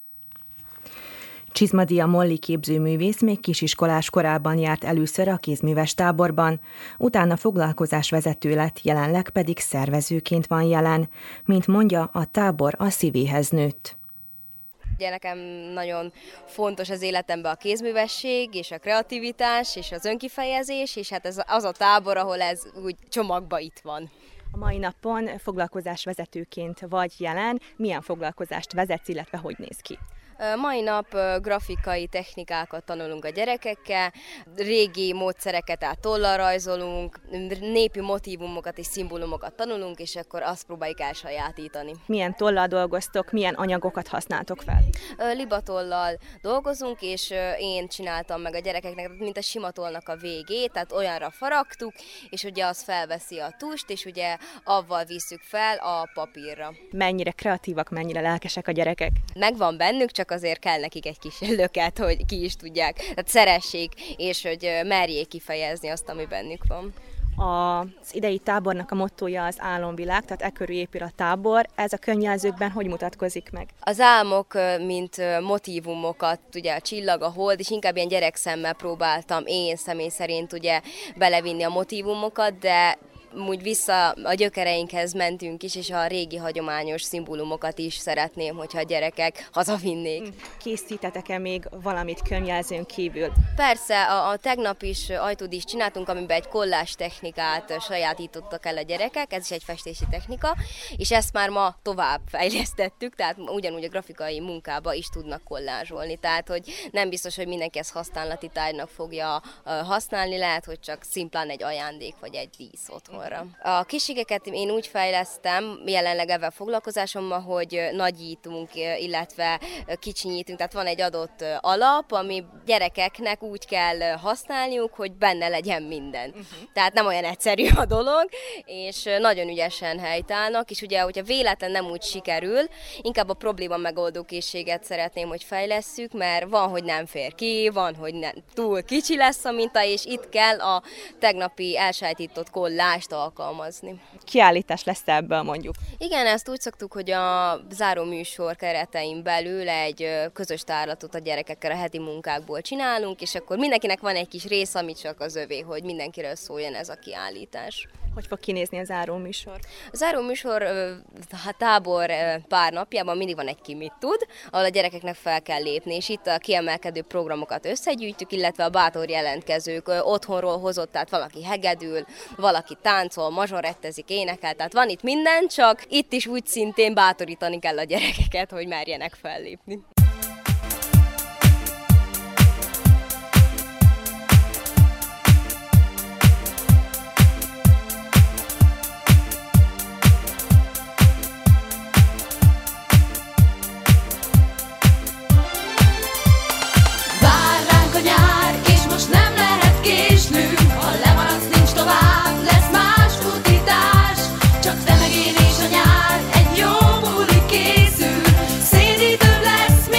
Csizmadia Molly képzőművész még kisiskolás korában járt először a kézműves táborban, utána foglalkozásvezető lett, jelenleg pedig szervezőként van jelen. Mint mondja, a tábor a szívéhez nőtt. Ugye nekem nagyon fontos az életemben a kézművesség, és a kreativitás, és az önkifejezés, és hát ez az a tábor, ahol ez úgy csomagba itt van. A mai napon foglalkozásvezetőként vagy jelen, milyen foglalkozást vezetsz, illetve hogy néz ki? Mai nap grafikai technikákat tanulunk a gyerekekkel, régi módszereket tollal rajzolunk, népi motívumokat és szimbólumokat tanulunk, és akkor azt próbáljuk elsajátítani. Milyen tollal dolgoztok, milyen anyagokat használtok fel? Libatollal dolgozunk, és én csináltam meg a gyerekeknek, mint a sima tollnak a végét, tehát olyanra faragtuk, és ugye az felveszi a tust, és ugye avval visszük fel a papírra. Mennyire kreatívak, mennyire lelkesek a gyerekek? Megvan bennük, csak azért kell nekik egy kis löket, hogy ki is tudják, tehát szeressék, és hogy merjék kifejezni azt, ami bennük van. Az idei tábornak a mottója az álomvilág, tehát e körül épül a tábor. Ez a könyvjelzőkben hogy mutatkozik meg? Az álmok, mint motívumokat, ugye a csillag, a hold, és inkább ilyen gyerekszemmel próbáltam én személy szerint ugye belevinni a motívumokat, de úgy vissza a gyökereinkhez mentünk is, és a régi hagyományos szimbólumokat is szeretném, hogyha a gyerekek hazavinnék. Készítetek-e még valamit könyvjelzőn kívül? Persze, a tegnap is ajtódíszt csináltunk, amiben egy kollázs technikát sajátítottak el a gyerekek, ez is egy festési technika, és ezt már ma tovább fejlesztettük, tehát ugyanúgy a grafikai munkába is tudnak kollázsolni, tehát hogy nem biztos, hogy mindenki ezt használati tárgynak fogja használni, lehet, hogy csak szimplán egy ajándék vagy egy dísz otthonra. A készségeket én úgy fejlesztem, jelenleg ebben foglalkozásommal, hogy nagyítunk, illetve kicsinyítünk, tehát van egy adott alap, ami gyerekeknek úgy kell használniuk, hogy benne legyen minden. Tehát nem olyan egyszerű a dolog, és nagyon ügyesen helytállnak, és ugye, hogyha véletlen nem úgy sikerül, inkább a probléma megoldó készséget szeretném, hogy fejlesszük, mert van, hogy nem fér ki, van, hogy nem, túl kicsi lesz a minta, és itt kell a tegnapi elsajátított kollást alkalmazni. Kiállítás lesz ebből mondjuk? Igen, ezt úgy szoktuk, hogy a záró műsor keretein belül egy közös tárlatot a gyerekekkel a heti munkákból csinálunk, és akkor mindenkinek van egy kis rész, ami csak az övé, hogy mindenkiről szóljon ez a kiállítás. Hogy fog kinézni a záró műsor? A záró műsor tábor pár napjában mindig van egy ki mit tud, ahol a gyerekeknek fel kell lépni, és itt a kiemelkedő programokat összegyűjtjük, illetve a bátor jelentkezők otthonról hozott, tehát valaki hegedül, valaki táncol, mazsorettezik, énekel, tehát van itt minden, csak itt is úgy szintén bátorítani kell a gyerekeket, hogy merjenek fellépni. Csak te meg én és a nyár, egy jó buli készül, szédítőbb lesz,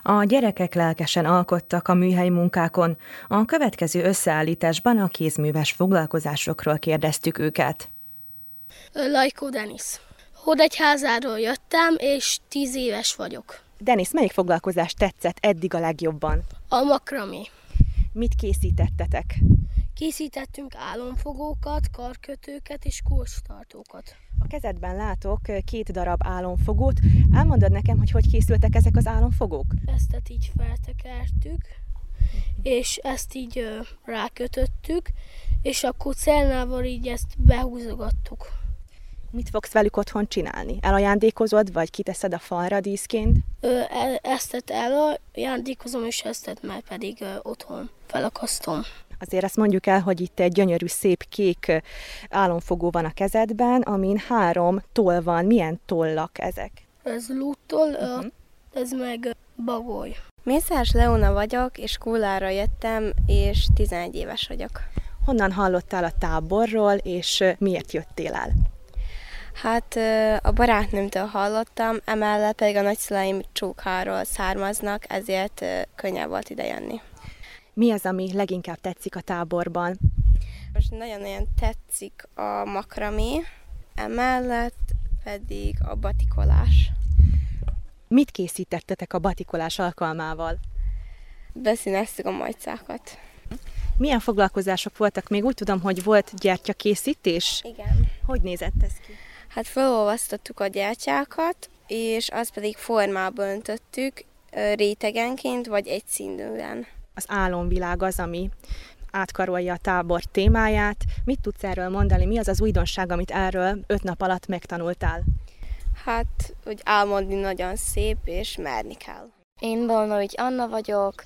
A gyerekek lelkesen alkottak a műhely munkákon. A következő összeállításban a kézműves foglalkozásokról kérdeztük őket. Lajkó Denis. Hódegyházáról jöttem, és 10 éves vagyok. Denis, melyik foglalkozás tetszett eddig a legjobban? A makramé. Mit készítettetek? Készítettünk álomfogókat, karkötőket és kulcstartókat. A kezedben látok 2 darab álomfogót. Elmondod nekem, hogy készültek ezek az álomfogók? Ezt így feltekertük, és ezt így rákötöttük, és akkor célnával így ezt behúzogattuk. Mit fogsz velük otthon csinálni? Elajándékozod, vagy kiteszed a falra díszként? Ezt elajándékozom, és ezt már pedig otthon felakasztom. Azért azt mondjuk el, hogy itt egy gyönyörű, szép kék álomfogó van a kezedben, amin 3 toll van. Milyen tollak ezek? Ez lúttól, ez meg bagoly. Mészáros Leona vagyok, és Kullára jöttem, és 11 éves vagyok. Honnan hallottál a táborról, és miért jöttél el? Hát a barátnőmtől hallottam, emellett pedig a nagyszüleim Csókháról származnak, ezért könnyebb volt ide jönni. Mi az, ami leginkább tetszik a táborban? Most nagyon-nagyon tetszik a makramé, emellett pedig a batikolás. Mit készítettetek a batikolás alkalmával? Beszíneztük a majcákat. Milyen foglalkozások voltak még? Úgy tudom, hogy volt gyertyakészítés? Igen. Hogy nézett ez ki? Hát felolvasztottuk a gyertyákat, és azt pedig formába öntöttük rétegenként, vagy egy színűen. Az álomvilág az, ami átkarolja a tábor témáját. Mit tudsz erről mondani? Mi az az újdonság, amit erről 5 nap alatt megtanultál? Hát, hogy álmodni nagyon szép, és merni kell. Én Balnovics Anna vagyok,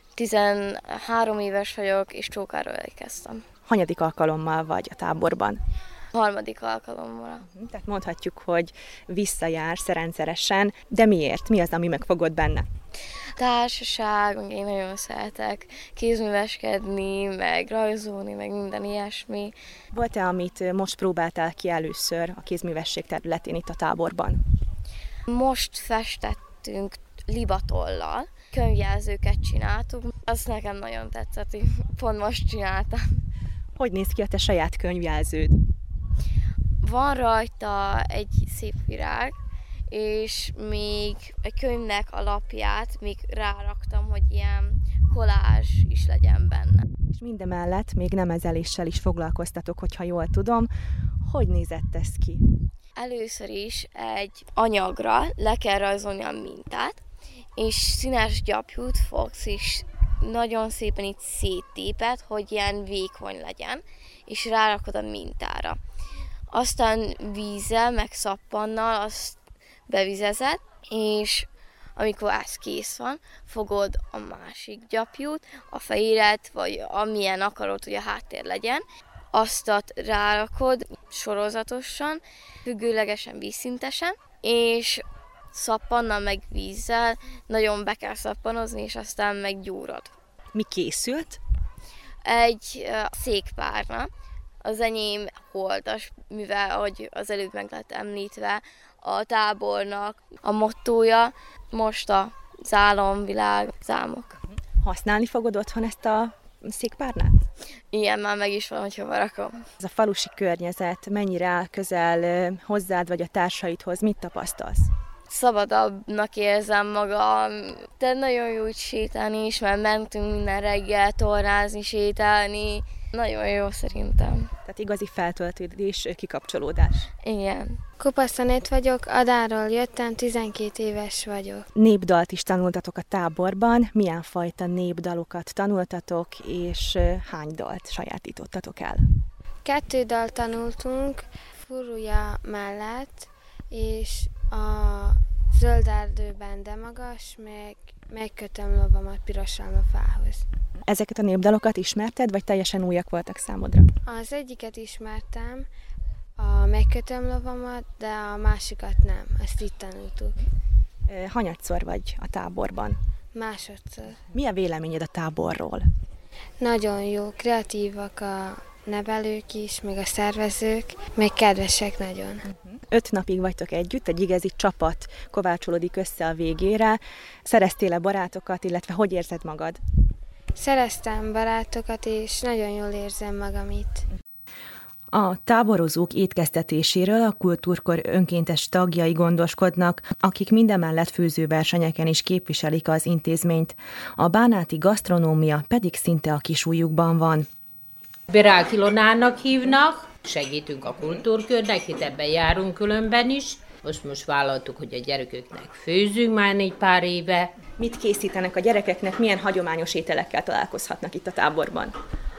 13 éves vagyok, és Csókáról elkezdtem. Hanyadik alkalommal vagy a táborban? 3. alkalommal. Tehát mondhatjuk, hogy visszajársz rendszeresen, de miért? Mi az, ami megfogod benne? Társaság, én nagyon szeretek kézműveskedni, meg rajzolni, meg minden ilyesmi. Volt-e, amit most próbáltál ki először a kézművesség területén itt a táborban? Most festettünk libatollal, könyvjelzőket csináltuk, azt nekem nagyon tetszett, hogy pont most csináltam. Hogy néz ki a te saját könyvjelződ? Van rajta egy szép virág, és még egy könyvnek a lapját még ráraktam, hogy ilyen kolázs is legyen benne. És mindemellett még nemezeléssel is foglalkoztatok, hogyha jól tudom. Hogy nézett ez ki? Először is egy anyagra le kell rajzolni a mintát, és színes gyapjút fogsz, és nagyon szépen itt széttéped, hogy ilyen vékony legyen, és rárakod a mintára. Aztán vízzel, meg szappannal azt bevizezed, és amikor ez kész van, fogod a másik gyapjút, a fehéret, vagy amilyen akarod, hogy a háttér legyen, azt rárakod sorozatosan, függőlegesen, vízszintesen, és szappannal meg vízzel nagyon be kell szappanozni, és aztán meggyúrod. Mi készült? Egy székpárna. Az enyém holdas, mivel, ahogy az előbb meg lett említve, a tábornak a mottója most az álomvilág, az álmok. Használni fogod otthon ezt a székpárnát? Igen, már meg is van, hogy hova rakom. Ez a falusi környezet mennyire áll közel hozzád vagy a társaidhoz? Mit tapasztalsz? Szabadabbnak érzem magam, de nagyon jó úgy sétálni is, mert mentünk minden reggel tornázni, sétálni. Nagyon jó szerintem. Tehát igazi feltöltődés, kikapcsolódás. Igen. Kopasz Anett vagyok, Adáról jöttem, 12 éves vagyok. Népdalt is tanultatok a táborban. Milyen fajta népdalokat tanultatok, és hány dalt sajátítottatok el? 2 dalt tanultunk, Furúja mellett, és a Zöld erdőben de magas, megkötöm lovamat piros almafához. Ezeket a népdalokat ismerted, vagy teljesen újak voltak számodra? Az egyiket ismertem, a megkötöm lovamat, de a másikat nem. Ezt itt tanultuk. Hanyatszor vagy a táborban? Másodszor. Mi a véleményed a táborról? Nagyon jó, kreatívak a nevelők is, meg a szervezők, meg kedvesek nagyon. 5 napig vagytok együtt, egy igazi csapat kovácsolódik össze a végére. Szereztél-e barátokat, illetve hogy érzed magad? Szereztem barátokat, és nagyon jól érzem magam itt. A táborozók étkeztetéséről a Kultúrkör önkéntes tagjai gondoskodnak, akik mindemellett főzőversenyeken is képviselik az intézményt. A bánáti gasztronómia pedig szinte a kisujjukban van. Birák Ilonának hívnak, segítünk a Kultúrkörnek, itt ebben járunk különben is. Most vállaltuk, hogy a gyerekeknek főzünk már egy pár éve. Mit készítenek a gyerekeknek, milyen hagyományos ételekkel találkozhatnak itt a táborban?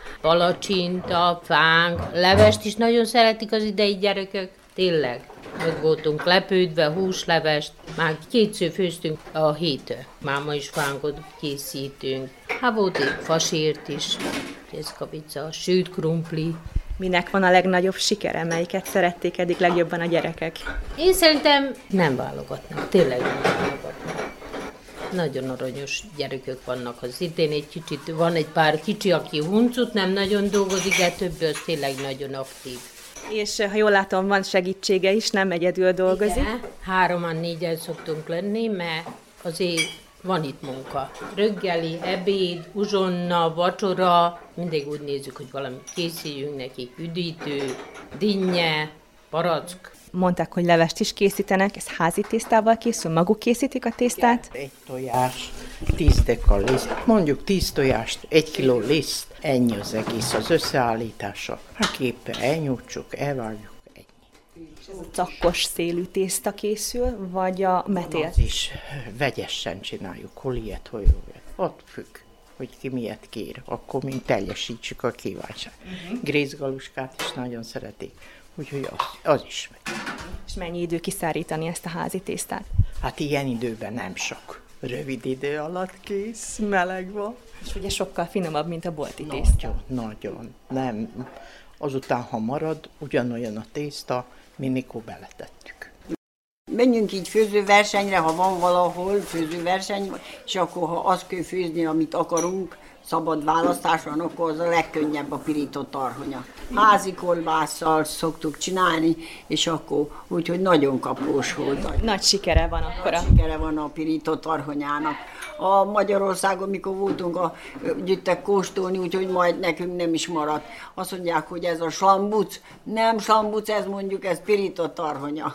Palacsinta, fánk, levest is nagyon szeretik az idei gyerekek, tényleg. Meg voltunk lepődve, húslevest, már 2-ször főztünk a hétől. Máma is fánkot készítünk. Hát volt egy fasírt is, tészkapica, sült krumpli. Minek van a legnagyobb sikere, melyiket szerették eddig legjobban a gyerekek? Én szerintem nem válogatnak, tényleg nem válogatnak. Nagyon aranyos gyerekek vannak az idén, egy kicsit, van egy pár kicsi, aki huncut, nem nagyon dolgozik, de többi az tényleg nagyon aktív. És ha jól látom, van segítsége is, nem egyedül dolgozik? Igen, 3-4-en szoktunk lenni, mert azért van itt munka. Reggeli, ebéd, uzsonna, vacsora, mindig úgy nézzük, hogy valamit készüljünk nekik, üdítő, dinnye, barack. Mondták, hogy levest is készítenek, ez házi tésztával készül, maguk készítik a tésztát? Egy tojás, 10 deka liszt, mondjuk 10 tojást, 1 kiló liszt, ennyi az egész, az összeállítása. Hát képpen elnyújtsuk, elvágjuk, ennyi. Cakkos szélű tészta készül, vagy a metél? Az is vegyesen csináljuk, hol ilyet, hol ilyet. Ott függ, hogy ki miért kér, akkor mi teljesítsük a kívánság. Grézgaluskát is nagyon szeretik. Úgyhogy az is megy. És mennyi idő kiszárítani ezt a házi tésztát? Hát ilyen időben nem sok. Rövid idő alatt kész, meleg van. És ugye sokkal finomabb, mint a bolti tészta. Nagyon. Nem. Azután, ha marad, ugyanolyan a tészta, mi mikor beletettük. Menjünk így főzőversenyre, ha van valahol főzőverseny, és akkor ha azt kell főzni, amit akarunk, szabad választás van, akkor az a legkönnyebb a pirított tarhonya. Házi kolbásszal szoktuk csinálni, és akkor úgyhogy nagyon kapós volt. Nagy sikere van akkor. Nagy sikere van a pirított tarhonyának. A Magyarországon, mikor voltunk, gyűjtek kóstolni, úgyhogy majd nekünk nem is maradt. Azt mondják, hogy ez a slambuc. Nem slambuc, ez mondjuk, ez pirított tarhonya.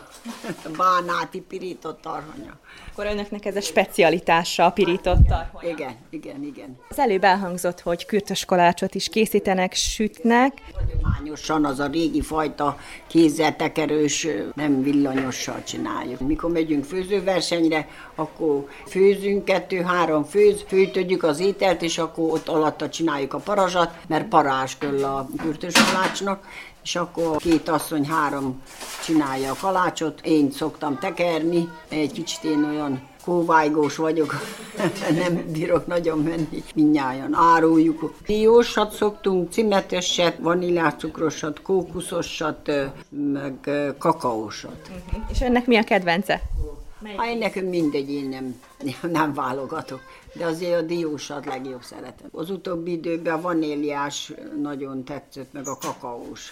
Bánáti pirított tarhonya. Akkor önöknek ez a specialitása, a pirított tarhonya. Igen. Az előbb elhangzott, hogy kürtös kalácsot is készítenek, sütnek. Hagyományosan az a régi fajta kézzel tekerős, nem villanyossal csináljuk. Mikor megyünk főzőversenyre, akkor főzünk, 2-3 főtödjük az ételt, és akkor ott alatta csináljuk a parazsat, mert parázs kell a kürtös kalácsnak, és akkor 2 asszony, 3 csinálja a kalácsot. Én szoktam tekerni, egy kicsit én olyan kóvájgós vagyok, nem bírok nagyon menni, mindnyájan áruljuk. Diósat szoktunk, cimeteset, vaníliácukrosat, kókuszosat, meg kakaósat. És önnek mi a kedvence? Hát nekem mindegy, én nem válogatok, de azért a diósat legjobb szeretem. Az utóbbi időben a vaníliás nagyon tetszett, meg a kakaós.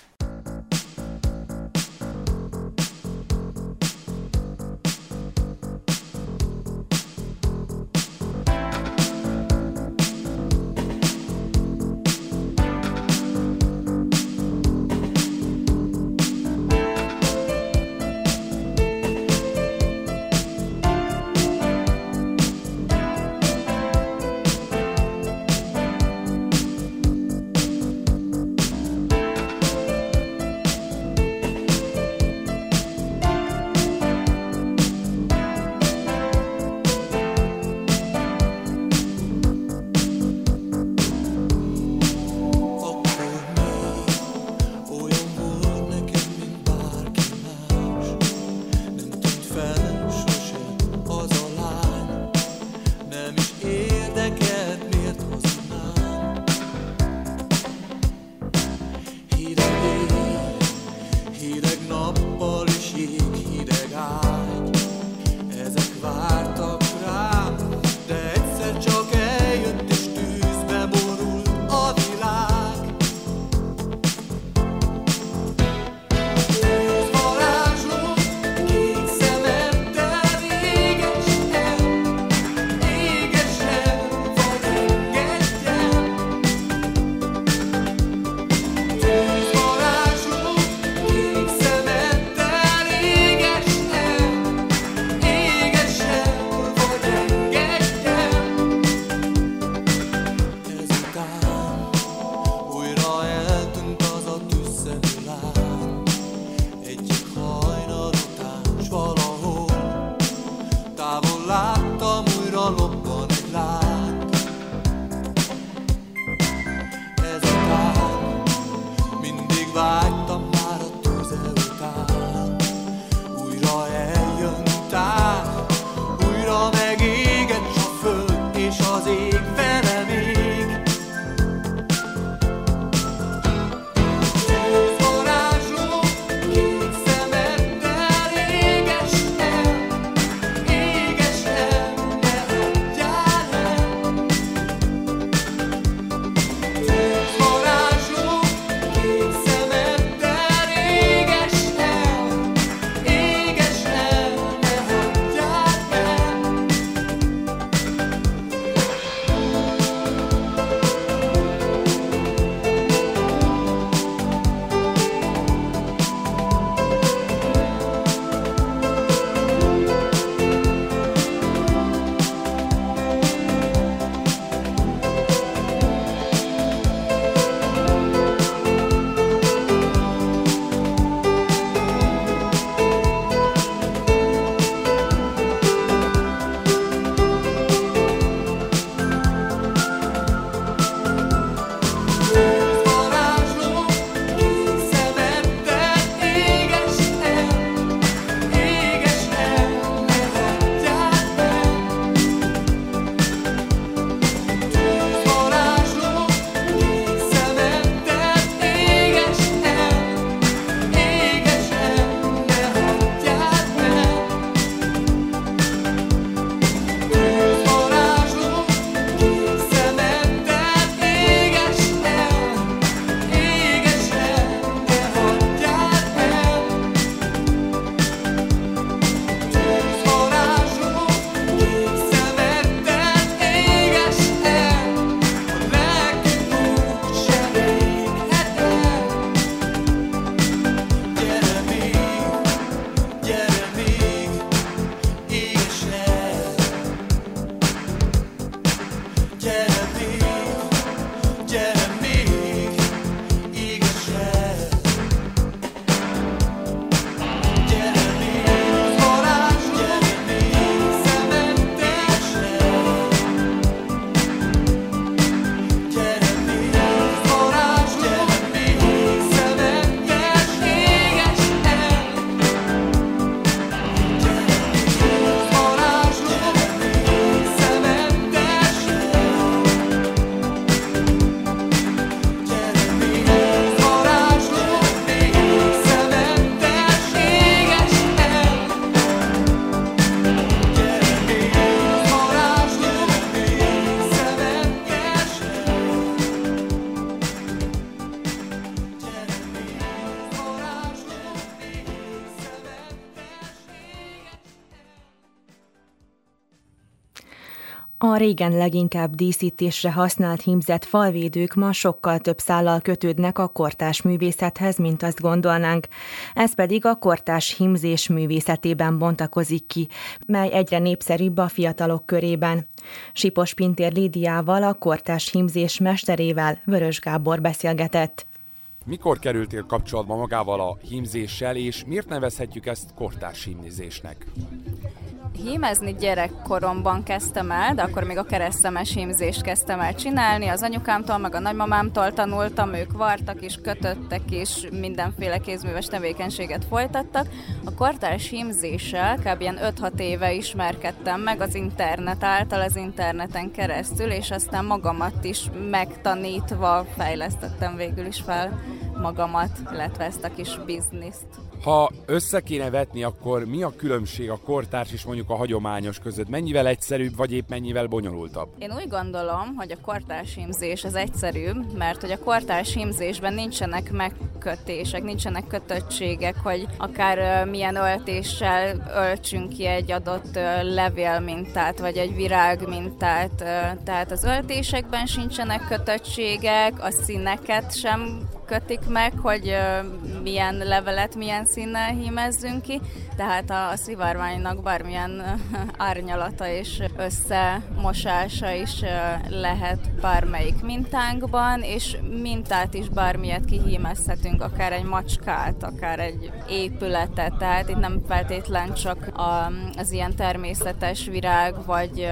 A régen leginkább díszítésre használt hímzett falvédők ma sokkal több szállal kötődnek a kortárs művészethez, mint azt gondolnánk. Ez pedig a kortárs hímzés művészetében bontakozik ki, mely egyre népszerűbb a fiatalok körében. Sipos Pintér Lídiával, a kortárs hímzés mesterével Vörös Gábor beszélgetett. Mikor kerültél kapcsolatba magával a hímzéssel, és miért nevezhetjük ezt kortárs hímzésnek? Hímezni gyerekkoromban kezdtem el, de akkor még a keresztszemes hímzést kezdtem el csinálni. Az anyukámtól, meg a nagymamámtól tanultam, ők vartak és kötöttek és mindenféle kézműves tevékenységet folytattak. A kortárs hímzéssel kb. Ilyen 5-6 éve ismerkedtem meg az internet által, az interneten keresztül, és aztán magamat is megtanítva fejlesztettem végül is fel magamat, illetve ezt a kis bizniszt. Ha össze kéne vetni, akkor mi a különbség a kortárs és mondjuk a hagyományos között? Mennyivel egyszerűbb, vagy épp mennyivel bonyolultabb? Én úgy gondolom, hogy a kortárs hímzés az egyszerűbb, mert hogy a kortárs hímzésben nincsenek megkötések, nincsenek kötöttségek, hogy akár milyen öltéssel öltsünk ki egy adott levélmintát, vagy egy virágmintát. Tehát az öltésekben sincsenek kötöttségek, a színeket sem kötik meg, hogy milyen levelet, milyen színnel hímezzünk ki, tehát a szivárványnak bármilyen árnyalata és összemosása is lehet bármelyik mintánkban, és mintát is bármilyet kihímezhetünk, akár egy macskát, akár egy épületet, tehát itt nem feltétlen csak az ilyen természetes virág, vagy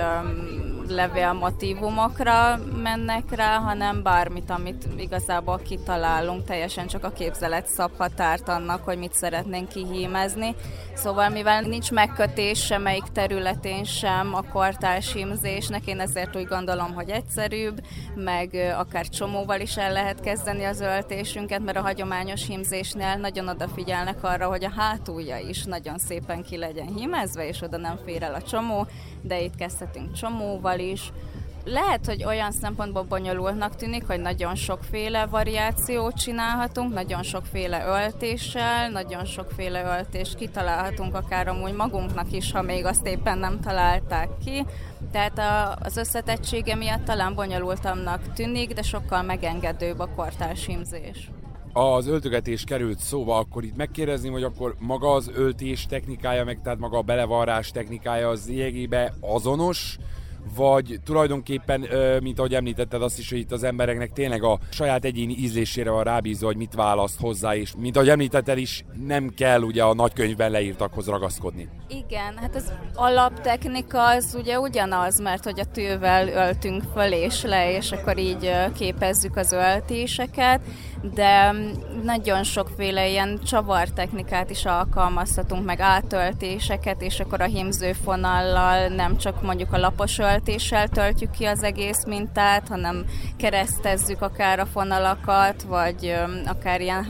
levélmotívumokra mennek rá, hanem bármit, amit igazából kitalálunk, teljesen csak a képzelet szab határt annak, hogy mit szeretnénk kihímezni. Szóval mivel nincs megkötés semmelyik területén sem a kortárs hímzésnek, én ezért úgy gondolom, hogy egyszerűbb, meg akár csomóval is el lehet kezdeni az öltésünket, mert a hagyományos hímzésnél nagyon odafigyelnek arra, hogy a hátulja is nagyon szépen ki legyen hímezve, és oda nem fér el a csomó, de itt kezdhetünk csomóval is. Lehet, hogy olyan szempontból bonyolultnak tűnik, hogy nagyon sokféle variációt csinálhatunk, nagyon sokféle öltéssel, nagyon sokféle öltést kitalálhatunk akár amúgy magunknak is, ha még azt éppen nem találták ki. Tehát az összetettsége miatt talán bonyolultabbnak tűnik, de sokkal megengedőbb a kortárs hímzés. Az öltögetés került szóba, akkor itt megkérdezném, hogy akkor maga az öltés technikája, meg tehát maga a belevarrás technikája az lényegében azonos, vagy tulajdonképpen, mint ahogy említetted azt is, hogy itt az embereknek tényleg a saját egyéni ízlésére van rábízva, hogy mit választ hozzá, és mint ahogy említetted is, nem kell ugye a nagykönyvben leírtakhoz ragaszkodni. Igen, hát az alaptechnika az ugye ugyanaz, mert hogy a tővel öltünk föl és le, és akkor így képezzük az öltéseket, de nagyon sokféle ilyen csavartechnikát is alkalmazhatunk, meg átöltéseket, és akkor a hímzőfonallal nem csak mondjuk a lapos öltéssel töltjük ki az egész mintát, hanem keresztezzük akár a fonalakat, vagy akár ilyen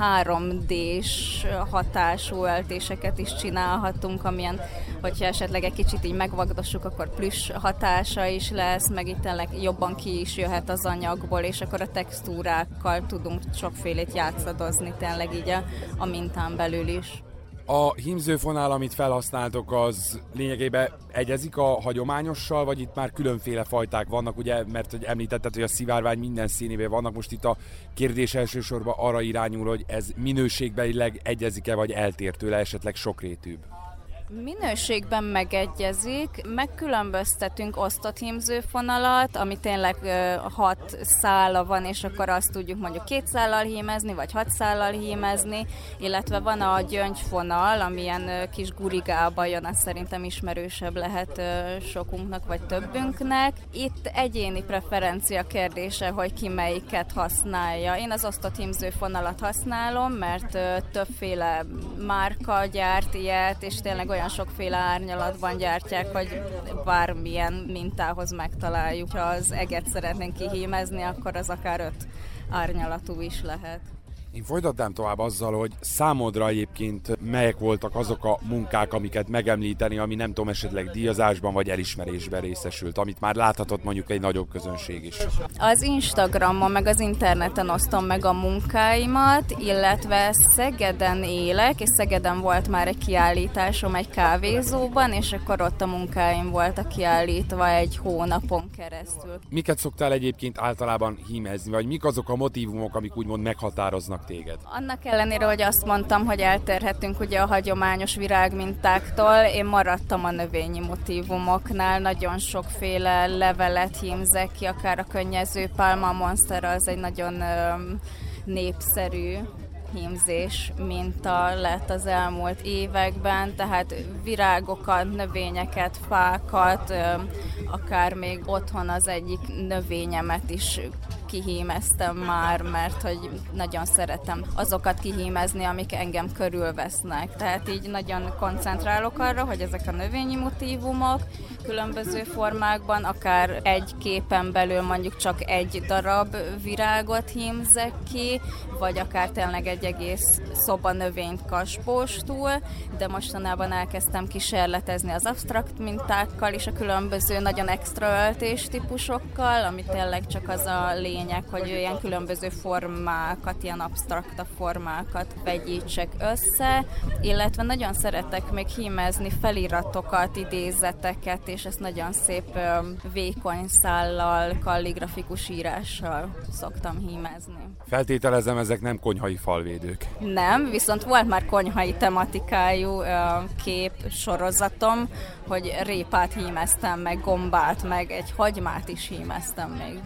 3D-s hatású öltéseket is csinálhatunk, amilyen, hogyha esetleg egy kicsit így megvagdossuk, akkor plüss hatása is lesz, meg itt tényleg jobban ki is jöhet az anyagból, és akkor a textúrákkal tudunk sokfélét játszadozni tényleg így a mintán belül is. A hímzőfonál, amit felhasználtok, az lényegében egyezik a hagyományossal, vagy itt már különféle fajták vannak, ugye, mert hogy említetted, hogy a szivárvány minden színében vannak, most itt a kérdés elsősorban arra irányul, hogy ez minőségbelileg egyezik-e, vagy eltér tőle, esetleg sokrétűbb? Minőségben megegyezik, megkülönböztetünk osztott hímzőfonalat, ami tényleg 6 szála van, és akkor azt tudjuk mondjuk 2 szállal hímezni, vagy 6 szállal hímezni, illetve van a gyöngyfonal, amilyen kis gurigába jön, az szerintem ismerősebb lehet sokunknak, vagy többünknek. Itt egyéni preferencia kérdése, hogy ki melyiket használja. Én az osztott hímzőfonalat használom, mert többféle márka gyárt ilyet, és tényleg olyan sokféle árnyalatban gyártják, hogy bármilyen mintához megtaláljuk. Ha az eget szeretnénk kihímezni, akkor az akár 5 árnyalatú is lehet. Én folytatnám tovább azzal, hogy számodra egyébként melyek voltak azok a munkák, amiket megemlíteni, ami nem tudom, esetleg díjazásban vagy elismerésben részesült, amit már láthatott mondjuk egy nagyobb közönség is. Az Instagramon meg az interneten osztom meg a munkáimat, illetve Szegeden élek, és Szegeden volt már egy kiállításom egy kávézóban, és akkor ott a munkáim voltak kiállítva egy hónapon keresztül. Miket szoktál egyébként általában hímezni, vagy mik azok a motívumok, amik úgymond meghatároznak téged? Annak ellenére, hogy azt mondtam, hogy eltérhetünk ugye a hagyományos virágmintáktól, én maradtam a növényi motívumoknál, nagyon sokféle levelet hímzek ki, akár a könnyező pálma monster, az egy nagyon népszerű hímzés minta lett az elmúlt években, tehát virágokat, növényeket, fákat, akár még otthon az egyik növényemet is kihímeztem már, mert hogy nagyon szeretem azokat kihímezni, amik engem körülvesznek. Tehát így nagyon koncentrálok arra, hogy ezek a növényi motívumok különböző formákban, akár egy képen belül mondjuk csak egy darab virágot hímzek ki, vagy akár tényleg egy egész szobanövényt kaspóstul, de mostanában elkezdtem kísérletezni az absztrakt mintákkal és a különböző nagyon extra öltés típusokkal, ami tényleg csak az a lényeg, hogy ilyen különböző formákat, ilyen absztrakta formákat vegyítsek össze, illetve nagyon szeretek még hímezni feliratokat, idézeteket, és ezt nagyon szép vékony szállal, kalligrafikus írással szoktam hímezni. Feltételezem, ezek nem konyhai falvédők. Nem, viszont volt már konyhai tematikájú kép sorozatom, hogy répát hímeztem, meg gombát, meg egy hagymát is hímeztem még.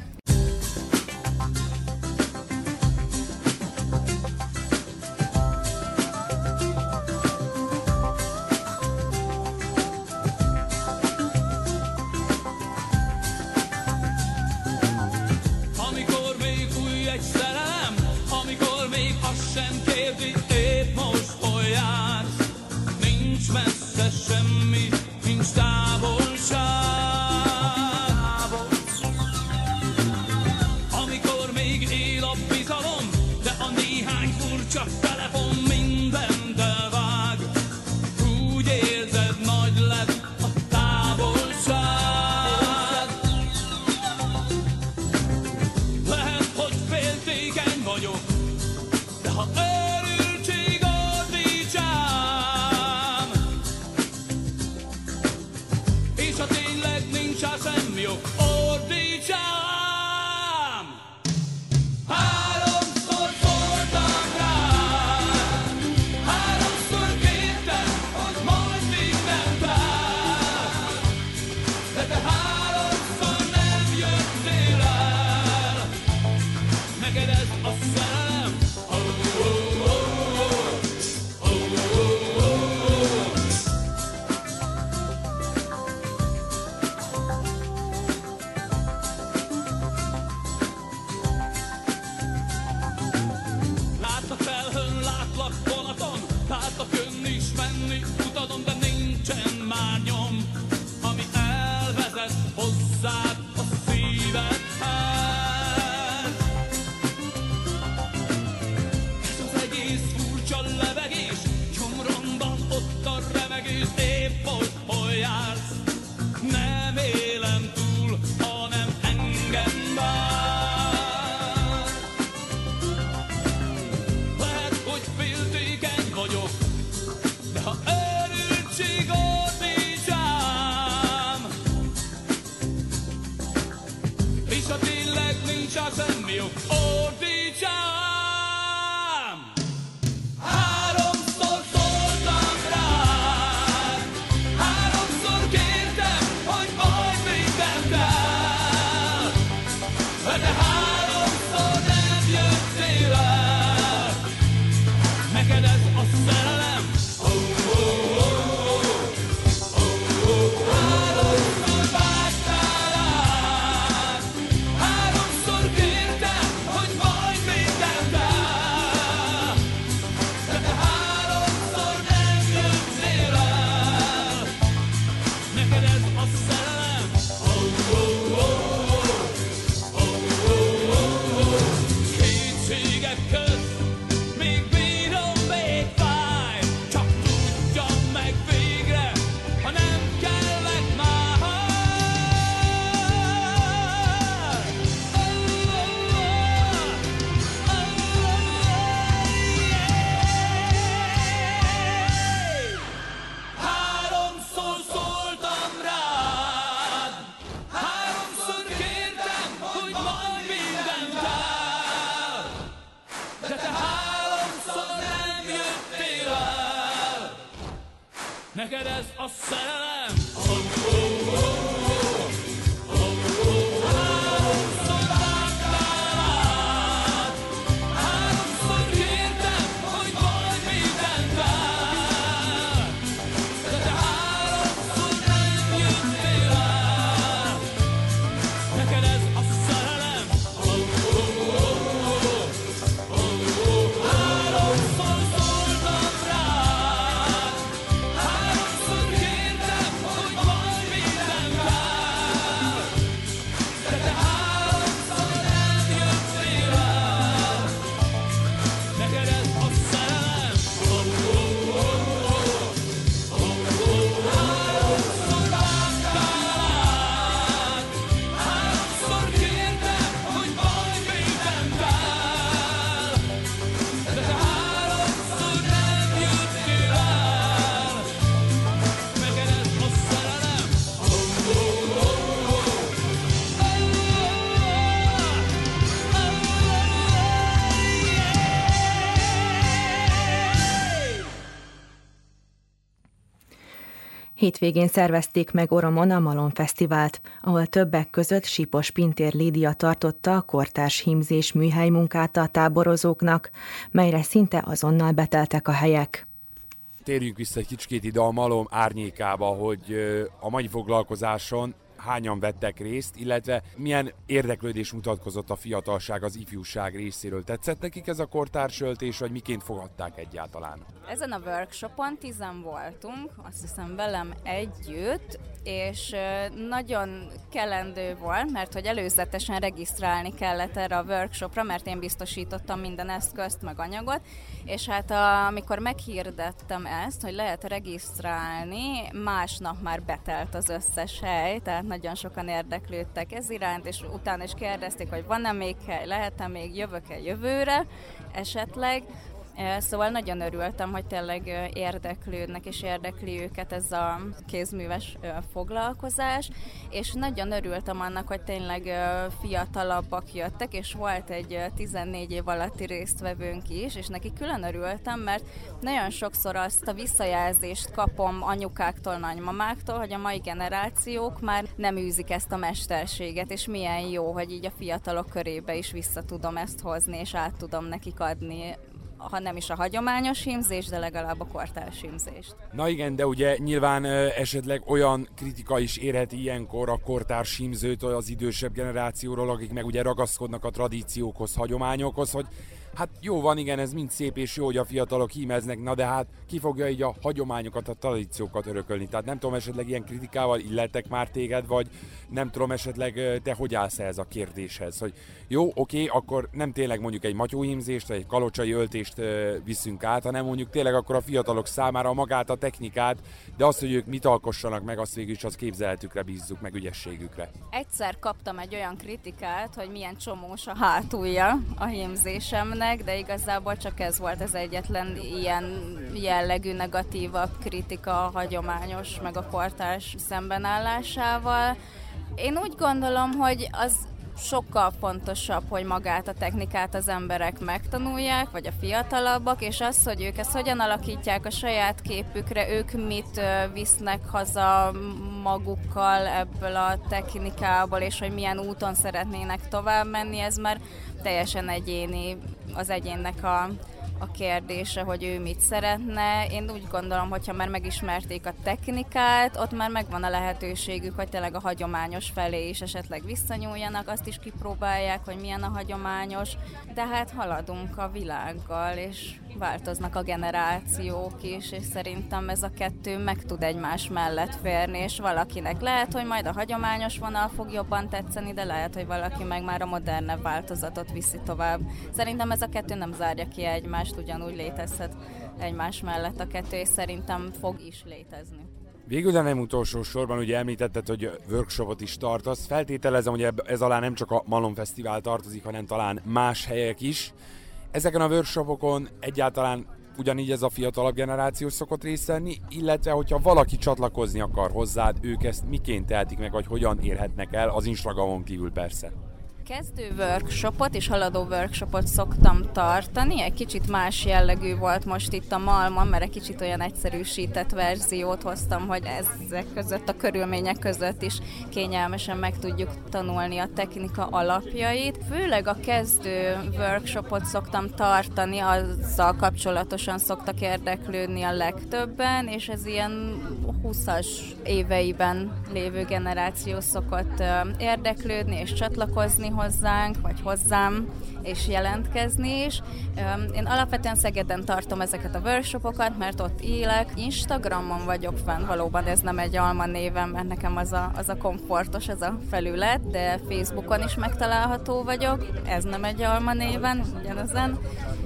Hétvégén szervezték meg Oromon a Malom Fesztivált, ahol többek között Sipos Pintér Lídia tartotta a kortárs hímzés műhelymunkát a táborozóknak, melyre szinte azonnal beteltek a helyek. Térjünk vissza egy kicsikét ide a Malom árnyékába, hogy a mai foglalkozáson hányan vettek részt, illetve milyen érdeklődés mutatkozott a fiatalság, az ifjúság részéről. Tetszett nekik ez a kortárs öltés, vagy miként fogadták egyáltalán? Ezen a workshopon 10-en voltunk, azt hiszem velem együtt, és nagyon kelendő volt, mert hogy előzetesen regisztrálni kellett erre a workshopra, mert én biztosítottam minden eszközt, meg anyagot, és hát amikor meghirdettem ezt, hogy lehet regisztrálni, másnap már betelt az összes hely, tehát nagyon sokan érdeklődtek ez iránt, és utána is kérdezték, hogy van-e még hely, lehet-e még, jövök-e jövőre esetleg. Szóval nagyon örültem, hogy tényleg érdeklődnek és érdekli őket ez a kézműves foglalkozás, és nagyon örültem annak, hogy tényleg fiatalabbak jöttek, és volt egy 14 év alatti résztvevőnk is, és neki külön örültem, mert nagyon sokszor azt a visszajelzést kapom anyukáktól, nagymamáktól, hogy a mai generációk már nem űzik ezt a mesterséget, és milyen jó, hogy így a fiatalok körébe is vissza tudom ezt hozni, és át tudom nekik adni, ha nem is a hagyományos hímzést, de legalább a kortárs hímzést. Na igen, de ugye nyilván esetleg olyan kritika is érheti ilyenkor a kortárs hímzőt az idősebb generációról, akik meg ugye ragaszkodnak a tradíciókhoz, hagyományokhoz, hogy hát jó van, igen, ez mind szép és jó, hogy a fiatalok hímeznek, na de hát ki fogja így a hagyományokat, a tradíciókat örökölni. Tehát nem tudom, esetleg ilyen kritikával illettek már téged, vagy nem tudom, esetleg te hogy állsz ez a kérdéshez, hogy jó, oké, akkor nem tényleg mondjuk egy matyóhímzést, vagy egy kalocsai öltést viszünk át, hanem mondjuk tényleg akkor a fiatalok számára magát a technikát, de azt, hogy ők mit alkossanak meg, azt végül is az képzeletükre bízzuk, meg ügyességükre. Egyszer kaptam egy olyan kritikát, hogy milyen csomós a hátulja a hímzésemnek, de igazából csak ez volt az egyetlen ilyen jellegű negatívabb kritika a hagyományos meg a kortárs szembenállásával. Én úgy gondolom, hogy az sokkal fontosabb, hogy magát a technikát az emberek megtanulják, vagy a fiatalabbak, és az, hogy ők ezt hogyan alakítják a saját képükre, ők mit visznek haza magukkal ebből a technikából, és hogy milyen úton szeretnének tovább menni, ez már teljesen egyéni, az egyénnek a kérdése, hogy ő mit szeretne. Én úgy gondolom, hogyha már megismerték a technikát, ott már megvan a lehetőségük, hogy tényleg a hagyományos felé is esetleg visszanyúljanak, azt is kipróbálják, hogy milyen a hagyományos, de hát haladunk a világgal, és változnak a generációk is, és szerintem ez a kettő meg tud egymás mellett férni, és valakinek lehet, hogy majd a hagyományos vonal fog jobban tetszeni, de lehet, hogy valaki meg már a modernebb változatot viszi tovább. Szerintem ez a kettő nem zárja ki egymást, ugyanúgy létezhet egymás mellett a kettő, és szerintem fog is létezni. Végül, de nem utolsó sorban, ugye említetted, hogy workshopot is tartasz. Feltételezem, hogy ez alá nem csak a Malom Fesztivál tartozik, hanem talán más helyek is. Ezeken a workshopokon egyáltalán ugyanígy ez a fiatalabb generáció szokott részt venni, illetve hogyha valaki csatlakozni akar hozzád, ők ezt miként tehetik meg, vagy hogyan érhetnek el, az Instagramon kívül persze. Kezdő workshopot és haladó workshopot szoktam tartani, egy kicsit más jellegű volt most itt a Malmon, mert egy kicsit olyan egyszerűsített verziót hoztam, hogy ezek között, a körülmények között is kényelmesen meg tudjuk tanulni a technika alapjait. Főleg a kezdő workshopot szoktam tartani, azzal kapcsolatosan szoktak érdeklődni a legtöbben, és ez ilyen 20-as éveiben lévő generáció szokott érdeklődni és csatlakozni hozzánk, vagy hozzám, és jelentkezni is. Én alapvetően Szegeden tartom ezeket a workshopokat, mert ott élek. Instagramon vagyok fenn, valóban ez nem egy alma névem, mert nekem az a komfortos, ez a felület, de Facebookon is megtalálható vagyok, ez nem egy alma néven, ugyanezen.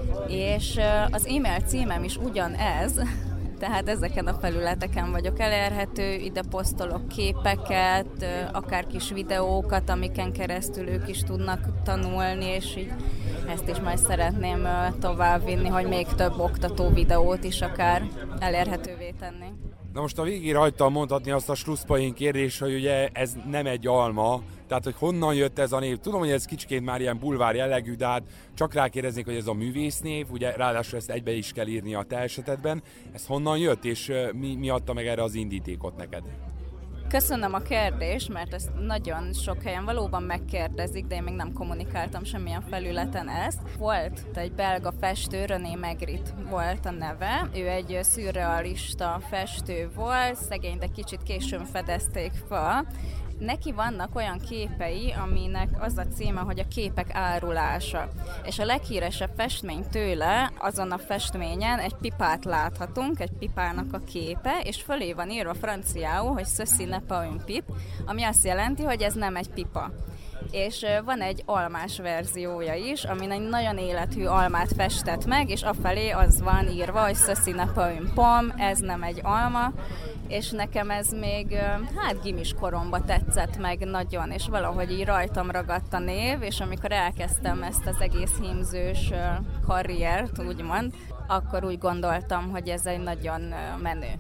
És az e-mail címem is ugyanez, tehát ezeken a felületeken vagyok elérhető, ide posztolok képeket, akár kis videókat, amiken keresztül ők is tudnak tanulni, és így ezt is majd szeretném továbbvinni, hogy még több oktató videót is akár elérhetővé tenni. Na most a végére hagytam mondhatni azt a slusszpoén kérdést, hogy ugye ez nem egy alma, tehát hogy honnan jött ez a név. Tudom, hogy ez kicsikét már ilyen bulvár jellegű, de hát csak rákérdeznék, hogy ez a művésznév, ugye ráadásul ezt egybe is kell írni a te esetedben. Ez honnan jött, és mi adta meg erre az indítékot neked? Köszönöm a kérdést, mert ezt nagyon sok helyen valóban megkérdezik, de én még nem kommunikáltam semmilyen felületen ezt. Volt egy belga festő, René Magritte volt a neve. Ő egy szürrealista festő volt, szegény, de kicsit későn fedezték fel. Neki vannak olyan képei, aminek az a címe, hogy a képek árulása. És a leghíresebb festmény tőle, azon a festményen egy pipát láthatunk, egy pipának a képe, és fölé van írva franciául, hogy ceci n'est pas une pipe, ami azt jelenti, hogy ez nem egy pipa. És van egy almás verziója is, amin egy nagyon élethű almát festett meg, és afelé az van írva, hogy ceci n'est pas une pomme, ez nem egy alma, és nekem ez még gimis koromban tetszett meg nagyon, és valahogy így rajtam ragadt a név, és amikor elkezdtem ezt az egész hímzős karriert, úgymond, akkor úgy gondoltam, hogy ez egy nagyon menő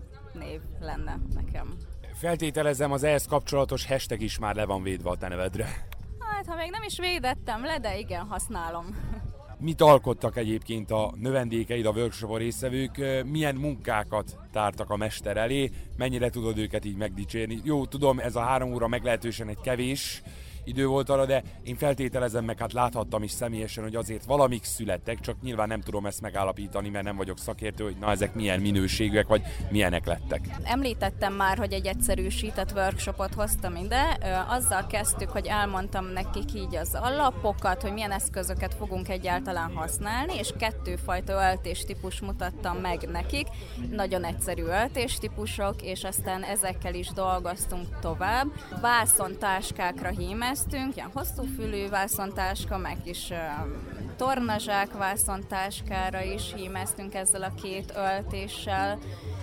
név lenne nekem. Feltételezem, az ehhez kapcsolatos hashtag is már le van védve a te nevedre. Hát, ha még nem is védettem le, de igen, használom. Mit alkottak egyébként a növendékeid, a workshopon résztvevők? Milyen munkákat tártak a mester elé? Mennyire tudod őket így megdicsérni? Jó, tudom, ez a 3 óra meglehetősen egy kevés idő volt arra, de én feltételezem meg, hát láthattam is személyesen, hogy azért valamik születtek, csak nyilván nem tudom ezt megállapítani, mert nem vagyok szakértő, hogy na ezek milyen minőségűek, vagy milyenek lettek. Említettem már, hogy egy egyszerűsített workshopot hoztam ide. Azzal kezdtük, hogy elmondtam nekik így az alapokat, hogy milyen eszközöket fogunk egyáltalán használni, és 2 fajta öltéstípus mutattam meg nekik. Nagyon egyszerű öltéstípusok, és aztán ezekkel is dolgoztunk tovább. Vászontáskákra hímeztünk, ilyen hosszúfülű vászontáska, meg is tornazsák vászontáskára is hímeztünk ezzel a 2 öltéssel,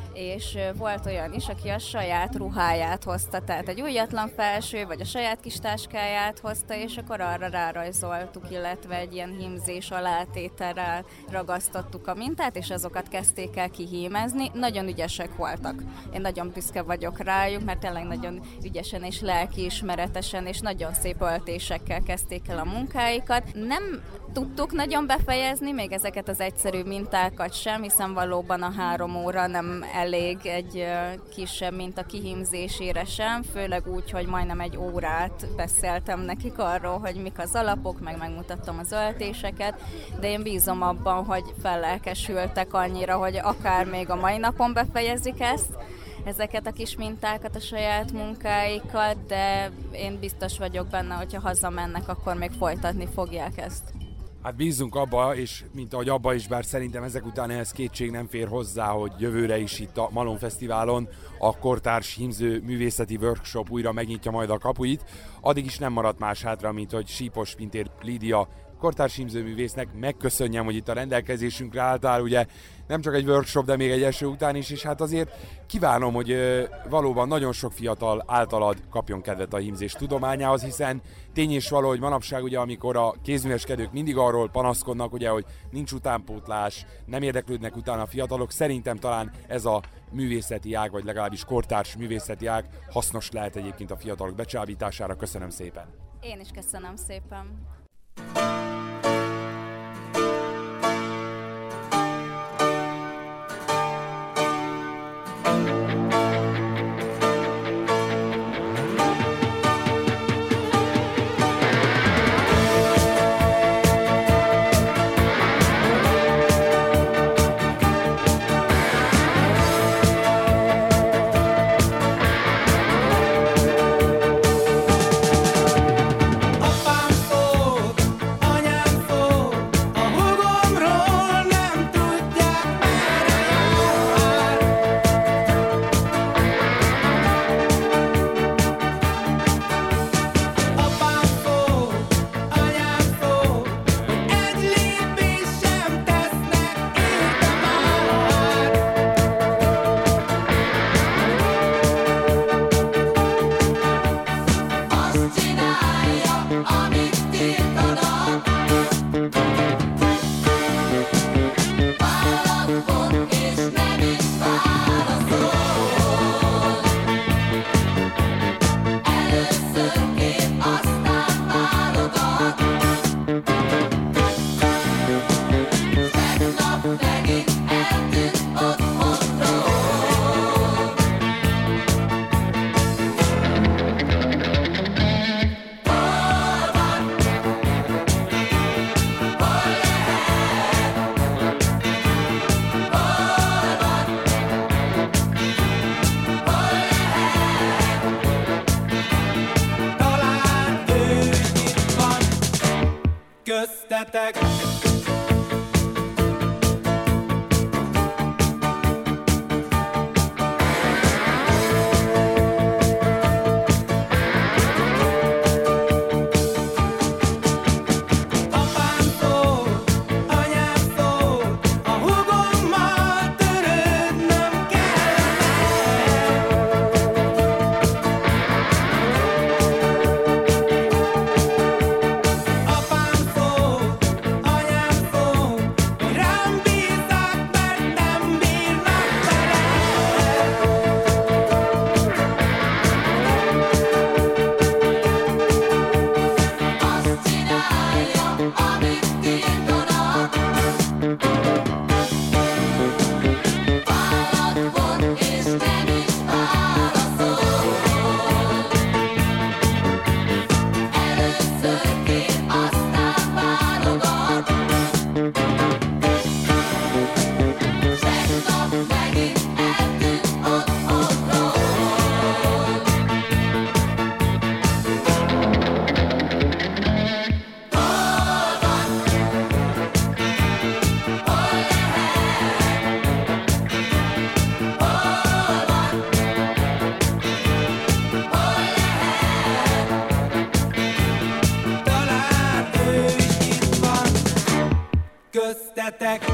és volt olyan is, aki a saját ruháját hozta, tehát egy újatlan felső, vagy a saját kis táskáját hozta, és akkor arra rárajzoltuk, illetve egy ilyen hímzés alátételrel ragasztottuk a mintát, és azokat kezdték el kihímezni. Nagyon ügyesek voltak. Én nagyon büszke vagyok rájuk, mert tényleg nagyon ügyesen és lelkiismeretesen, és nagyon szép öltésekkel kezdték el a munkáikat. Nem tudtuk nagyon befejezni még ezeket az egyszerű mintákat sem, hiszen valóban a 3 óra nem elég egy kisebb minta kihímzésére sem, főleg úgy, hogy majdnem egy órát beszéltem nekik arról, hogy mik az alapok, meg megmutattam az öltéseket, de én bízom abban, hogy fellelkesültek annyira, hogy akár még a mai napon befejezik ezeket a kis mintákat, a saját munkáikat, de én biztos vagyok benne, hogyha hazamennek, akkor még folytatni fogják ezt. Hát bízzunk abba, és mint ahogy abba is, bár szerintem ezek után ehhez kétség nem fér hozzá, hogy jövőre is itt a Malom Fesztiválon a kortárs hímző művészeti workshop újra megnyitja majd a kapuit. Addig is nem maradt más hátra, mint hogy Sípos Pintér Lídia kortárs hímzőművésznek megköszönjem, hogy itt a rendelkezésünkre álltál, ugye nem csak egy workshop, de még egy eső után is, és hát azért kívánom, hogy valóban nagyon sok fiatal általad kapjon kedvet a hímzés tudományához, hiszen tény és való, hogy manapság ugye, amikor a kézműveskedők mindig arról panaszkodnak, ugye, hogy nincs utánpótlás, nem érdeklődnek utána a fiatalok, szerintem talán ez a művészeti ág, vagy legalábbis kortárs művészeti ág hasznos lehet egyébként a fiatalok becsábítására. Köszönöm szépen! Én is köszönöm szépen! Apám köztetek. Köztetek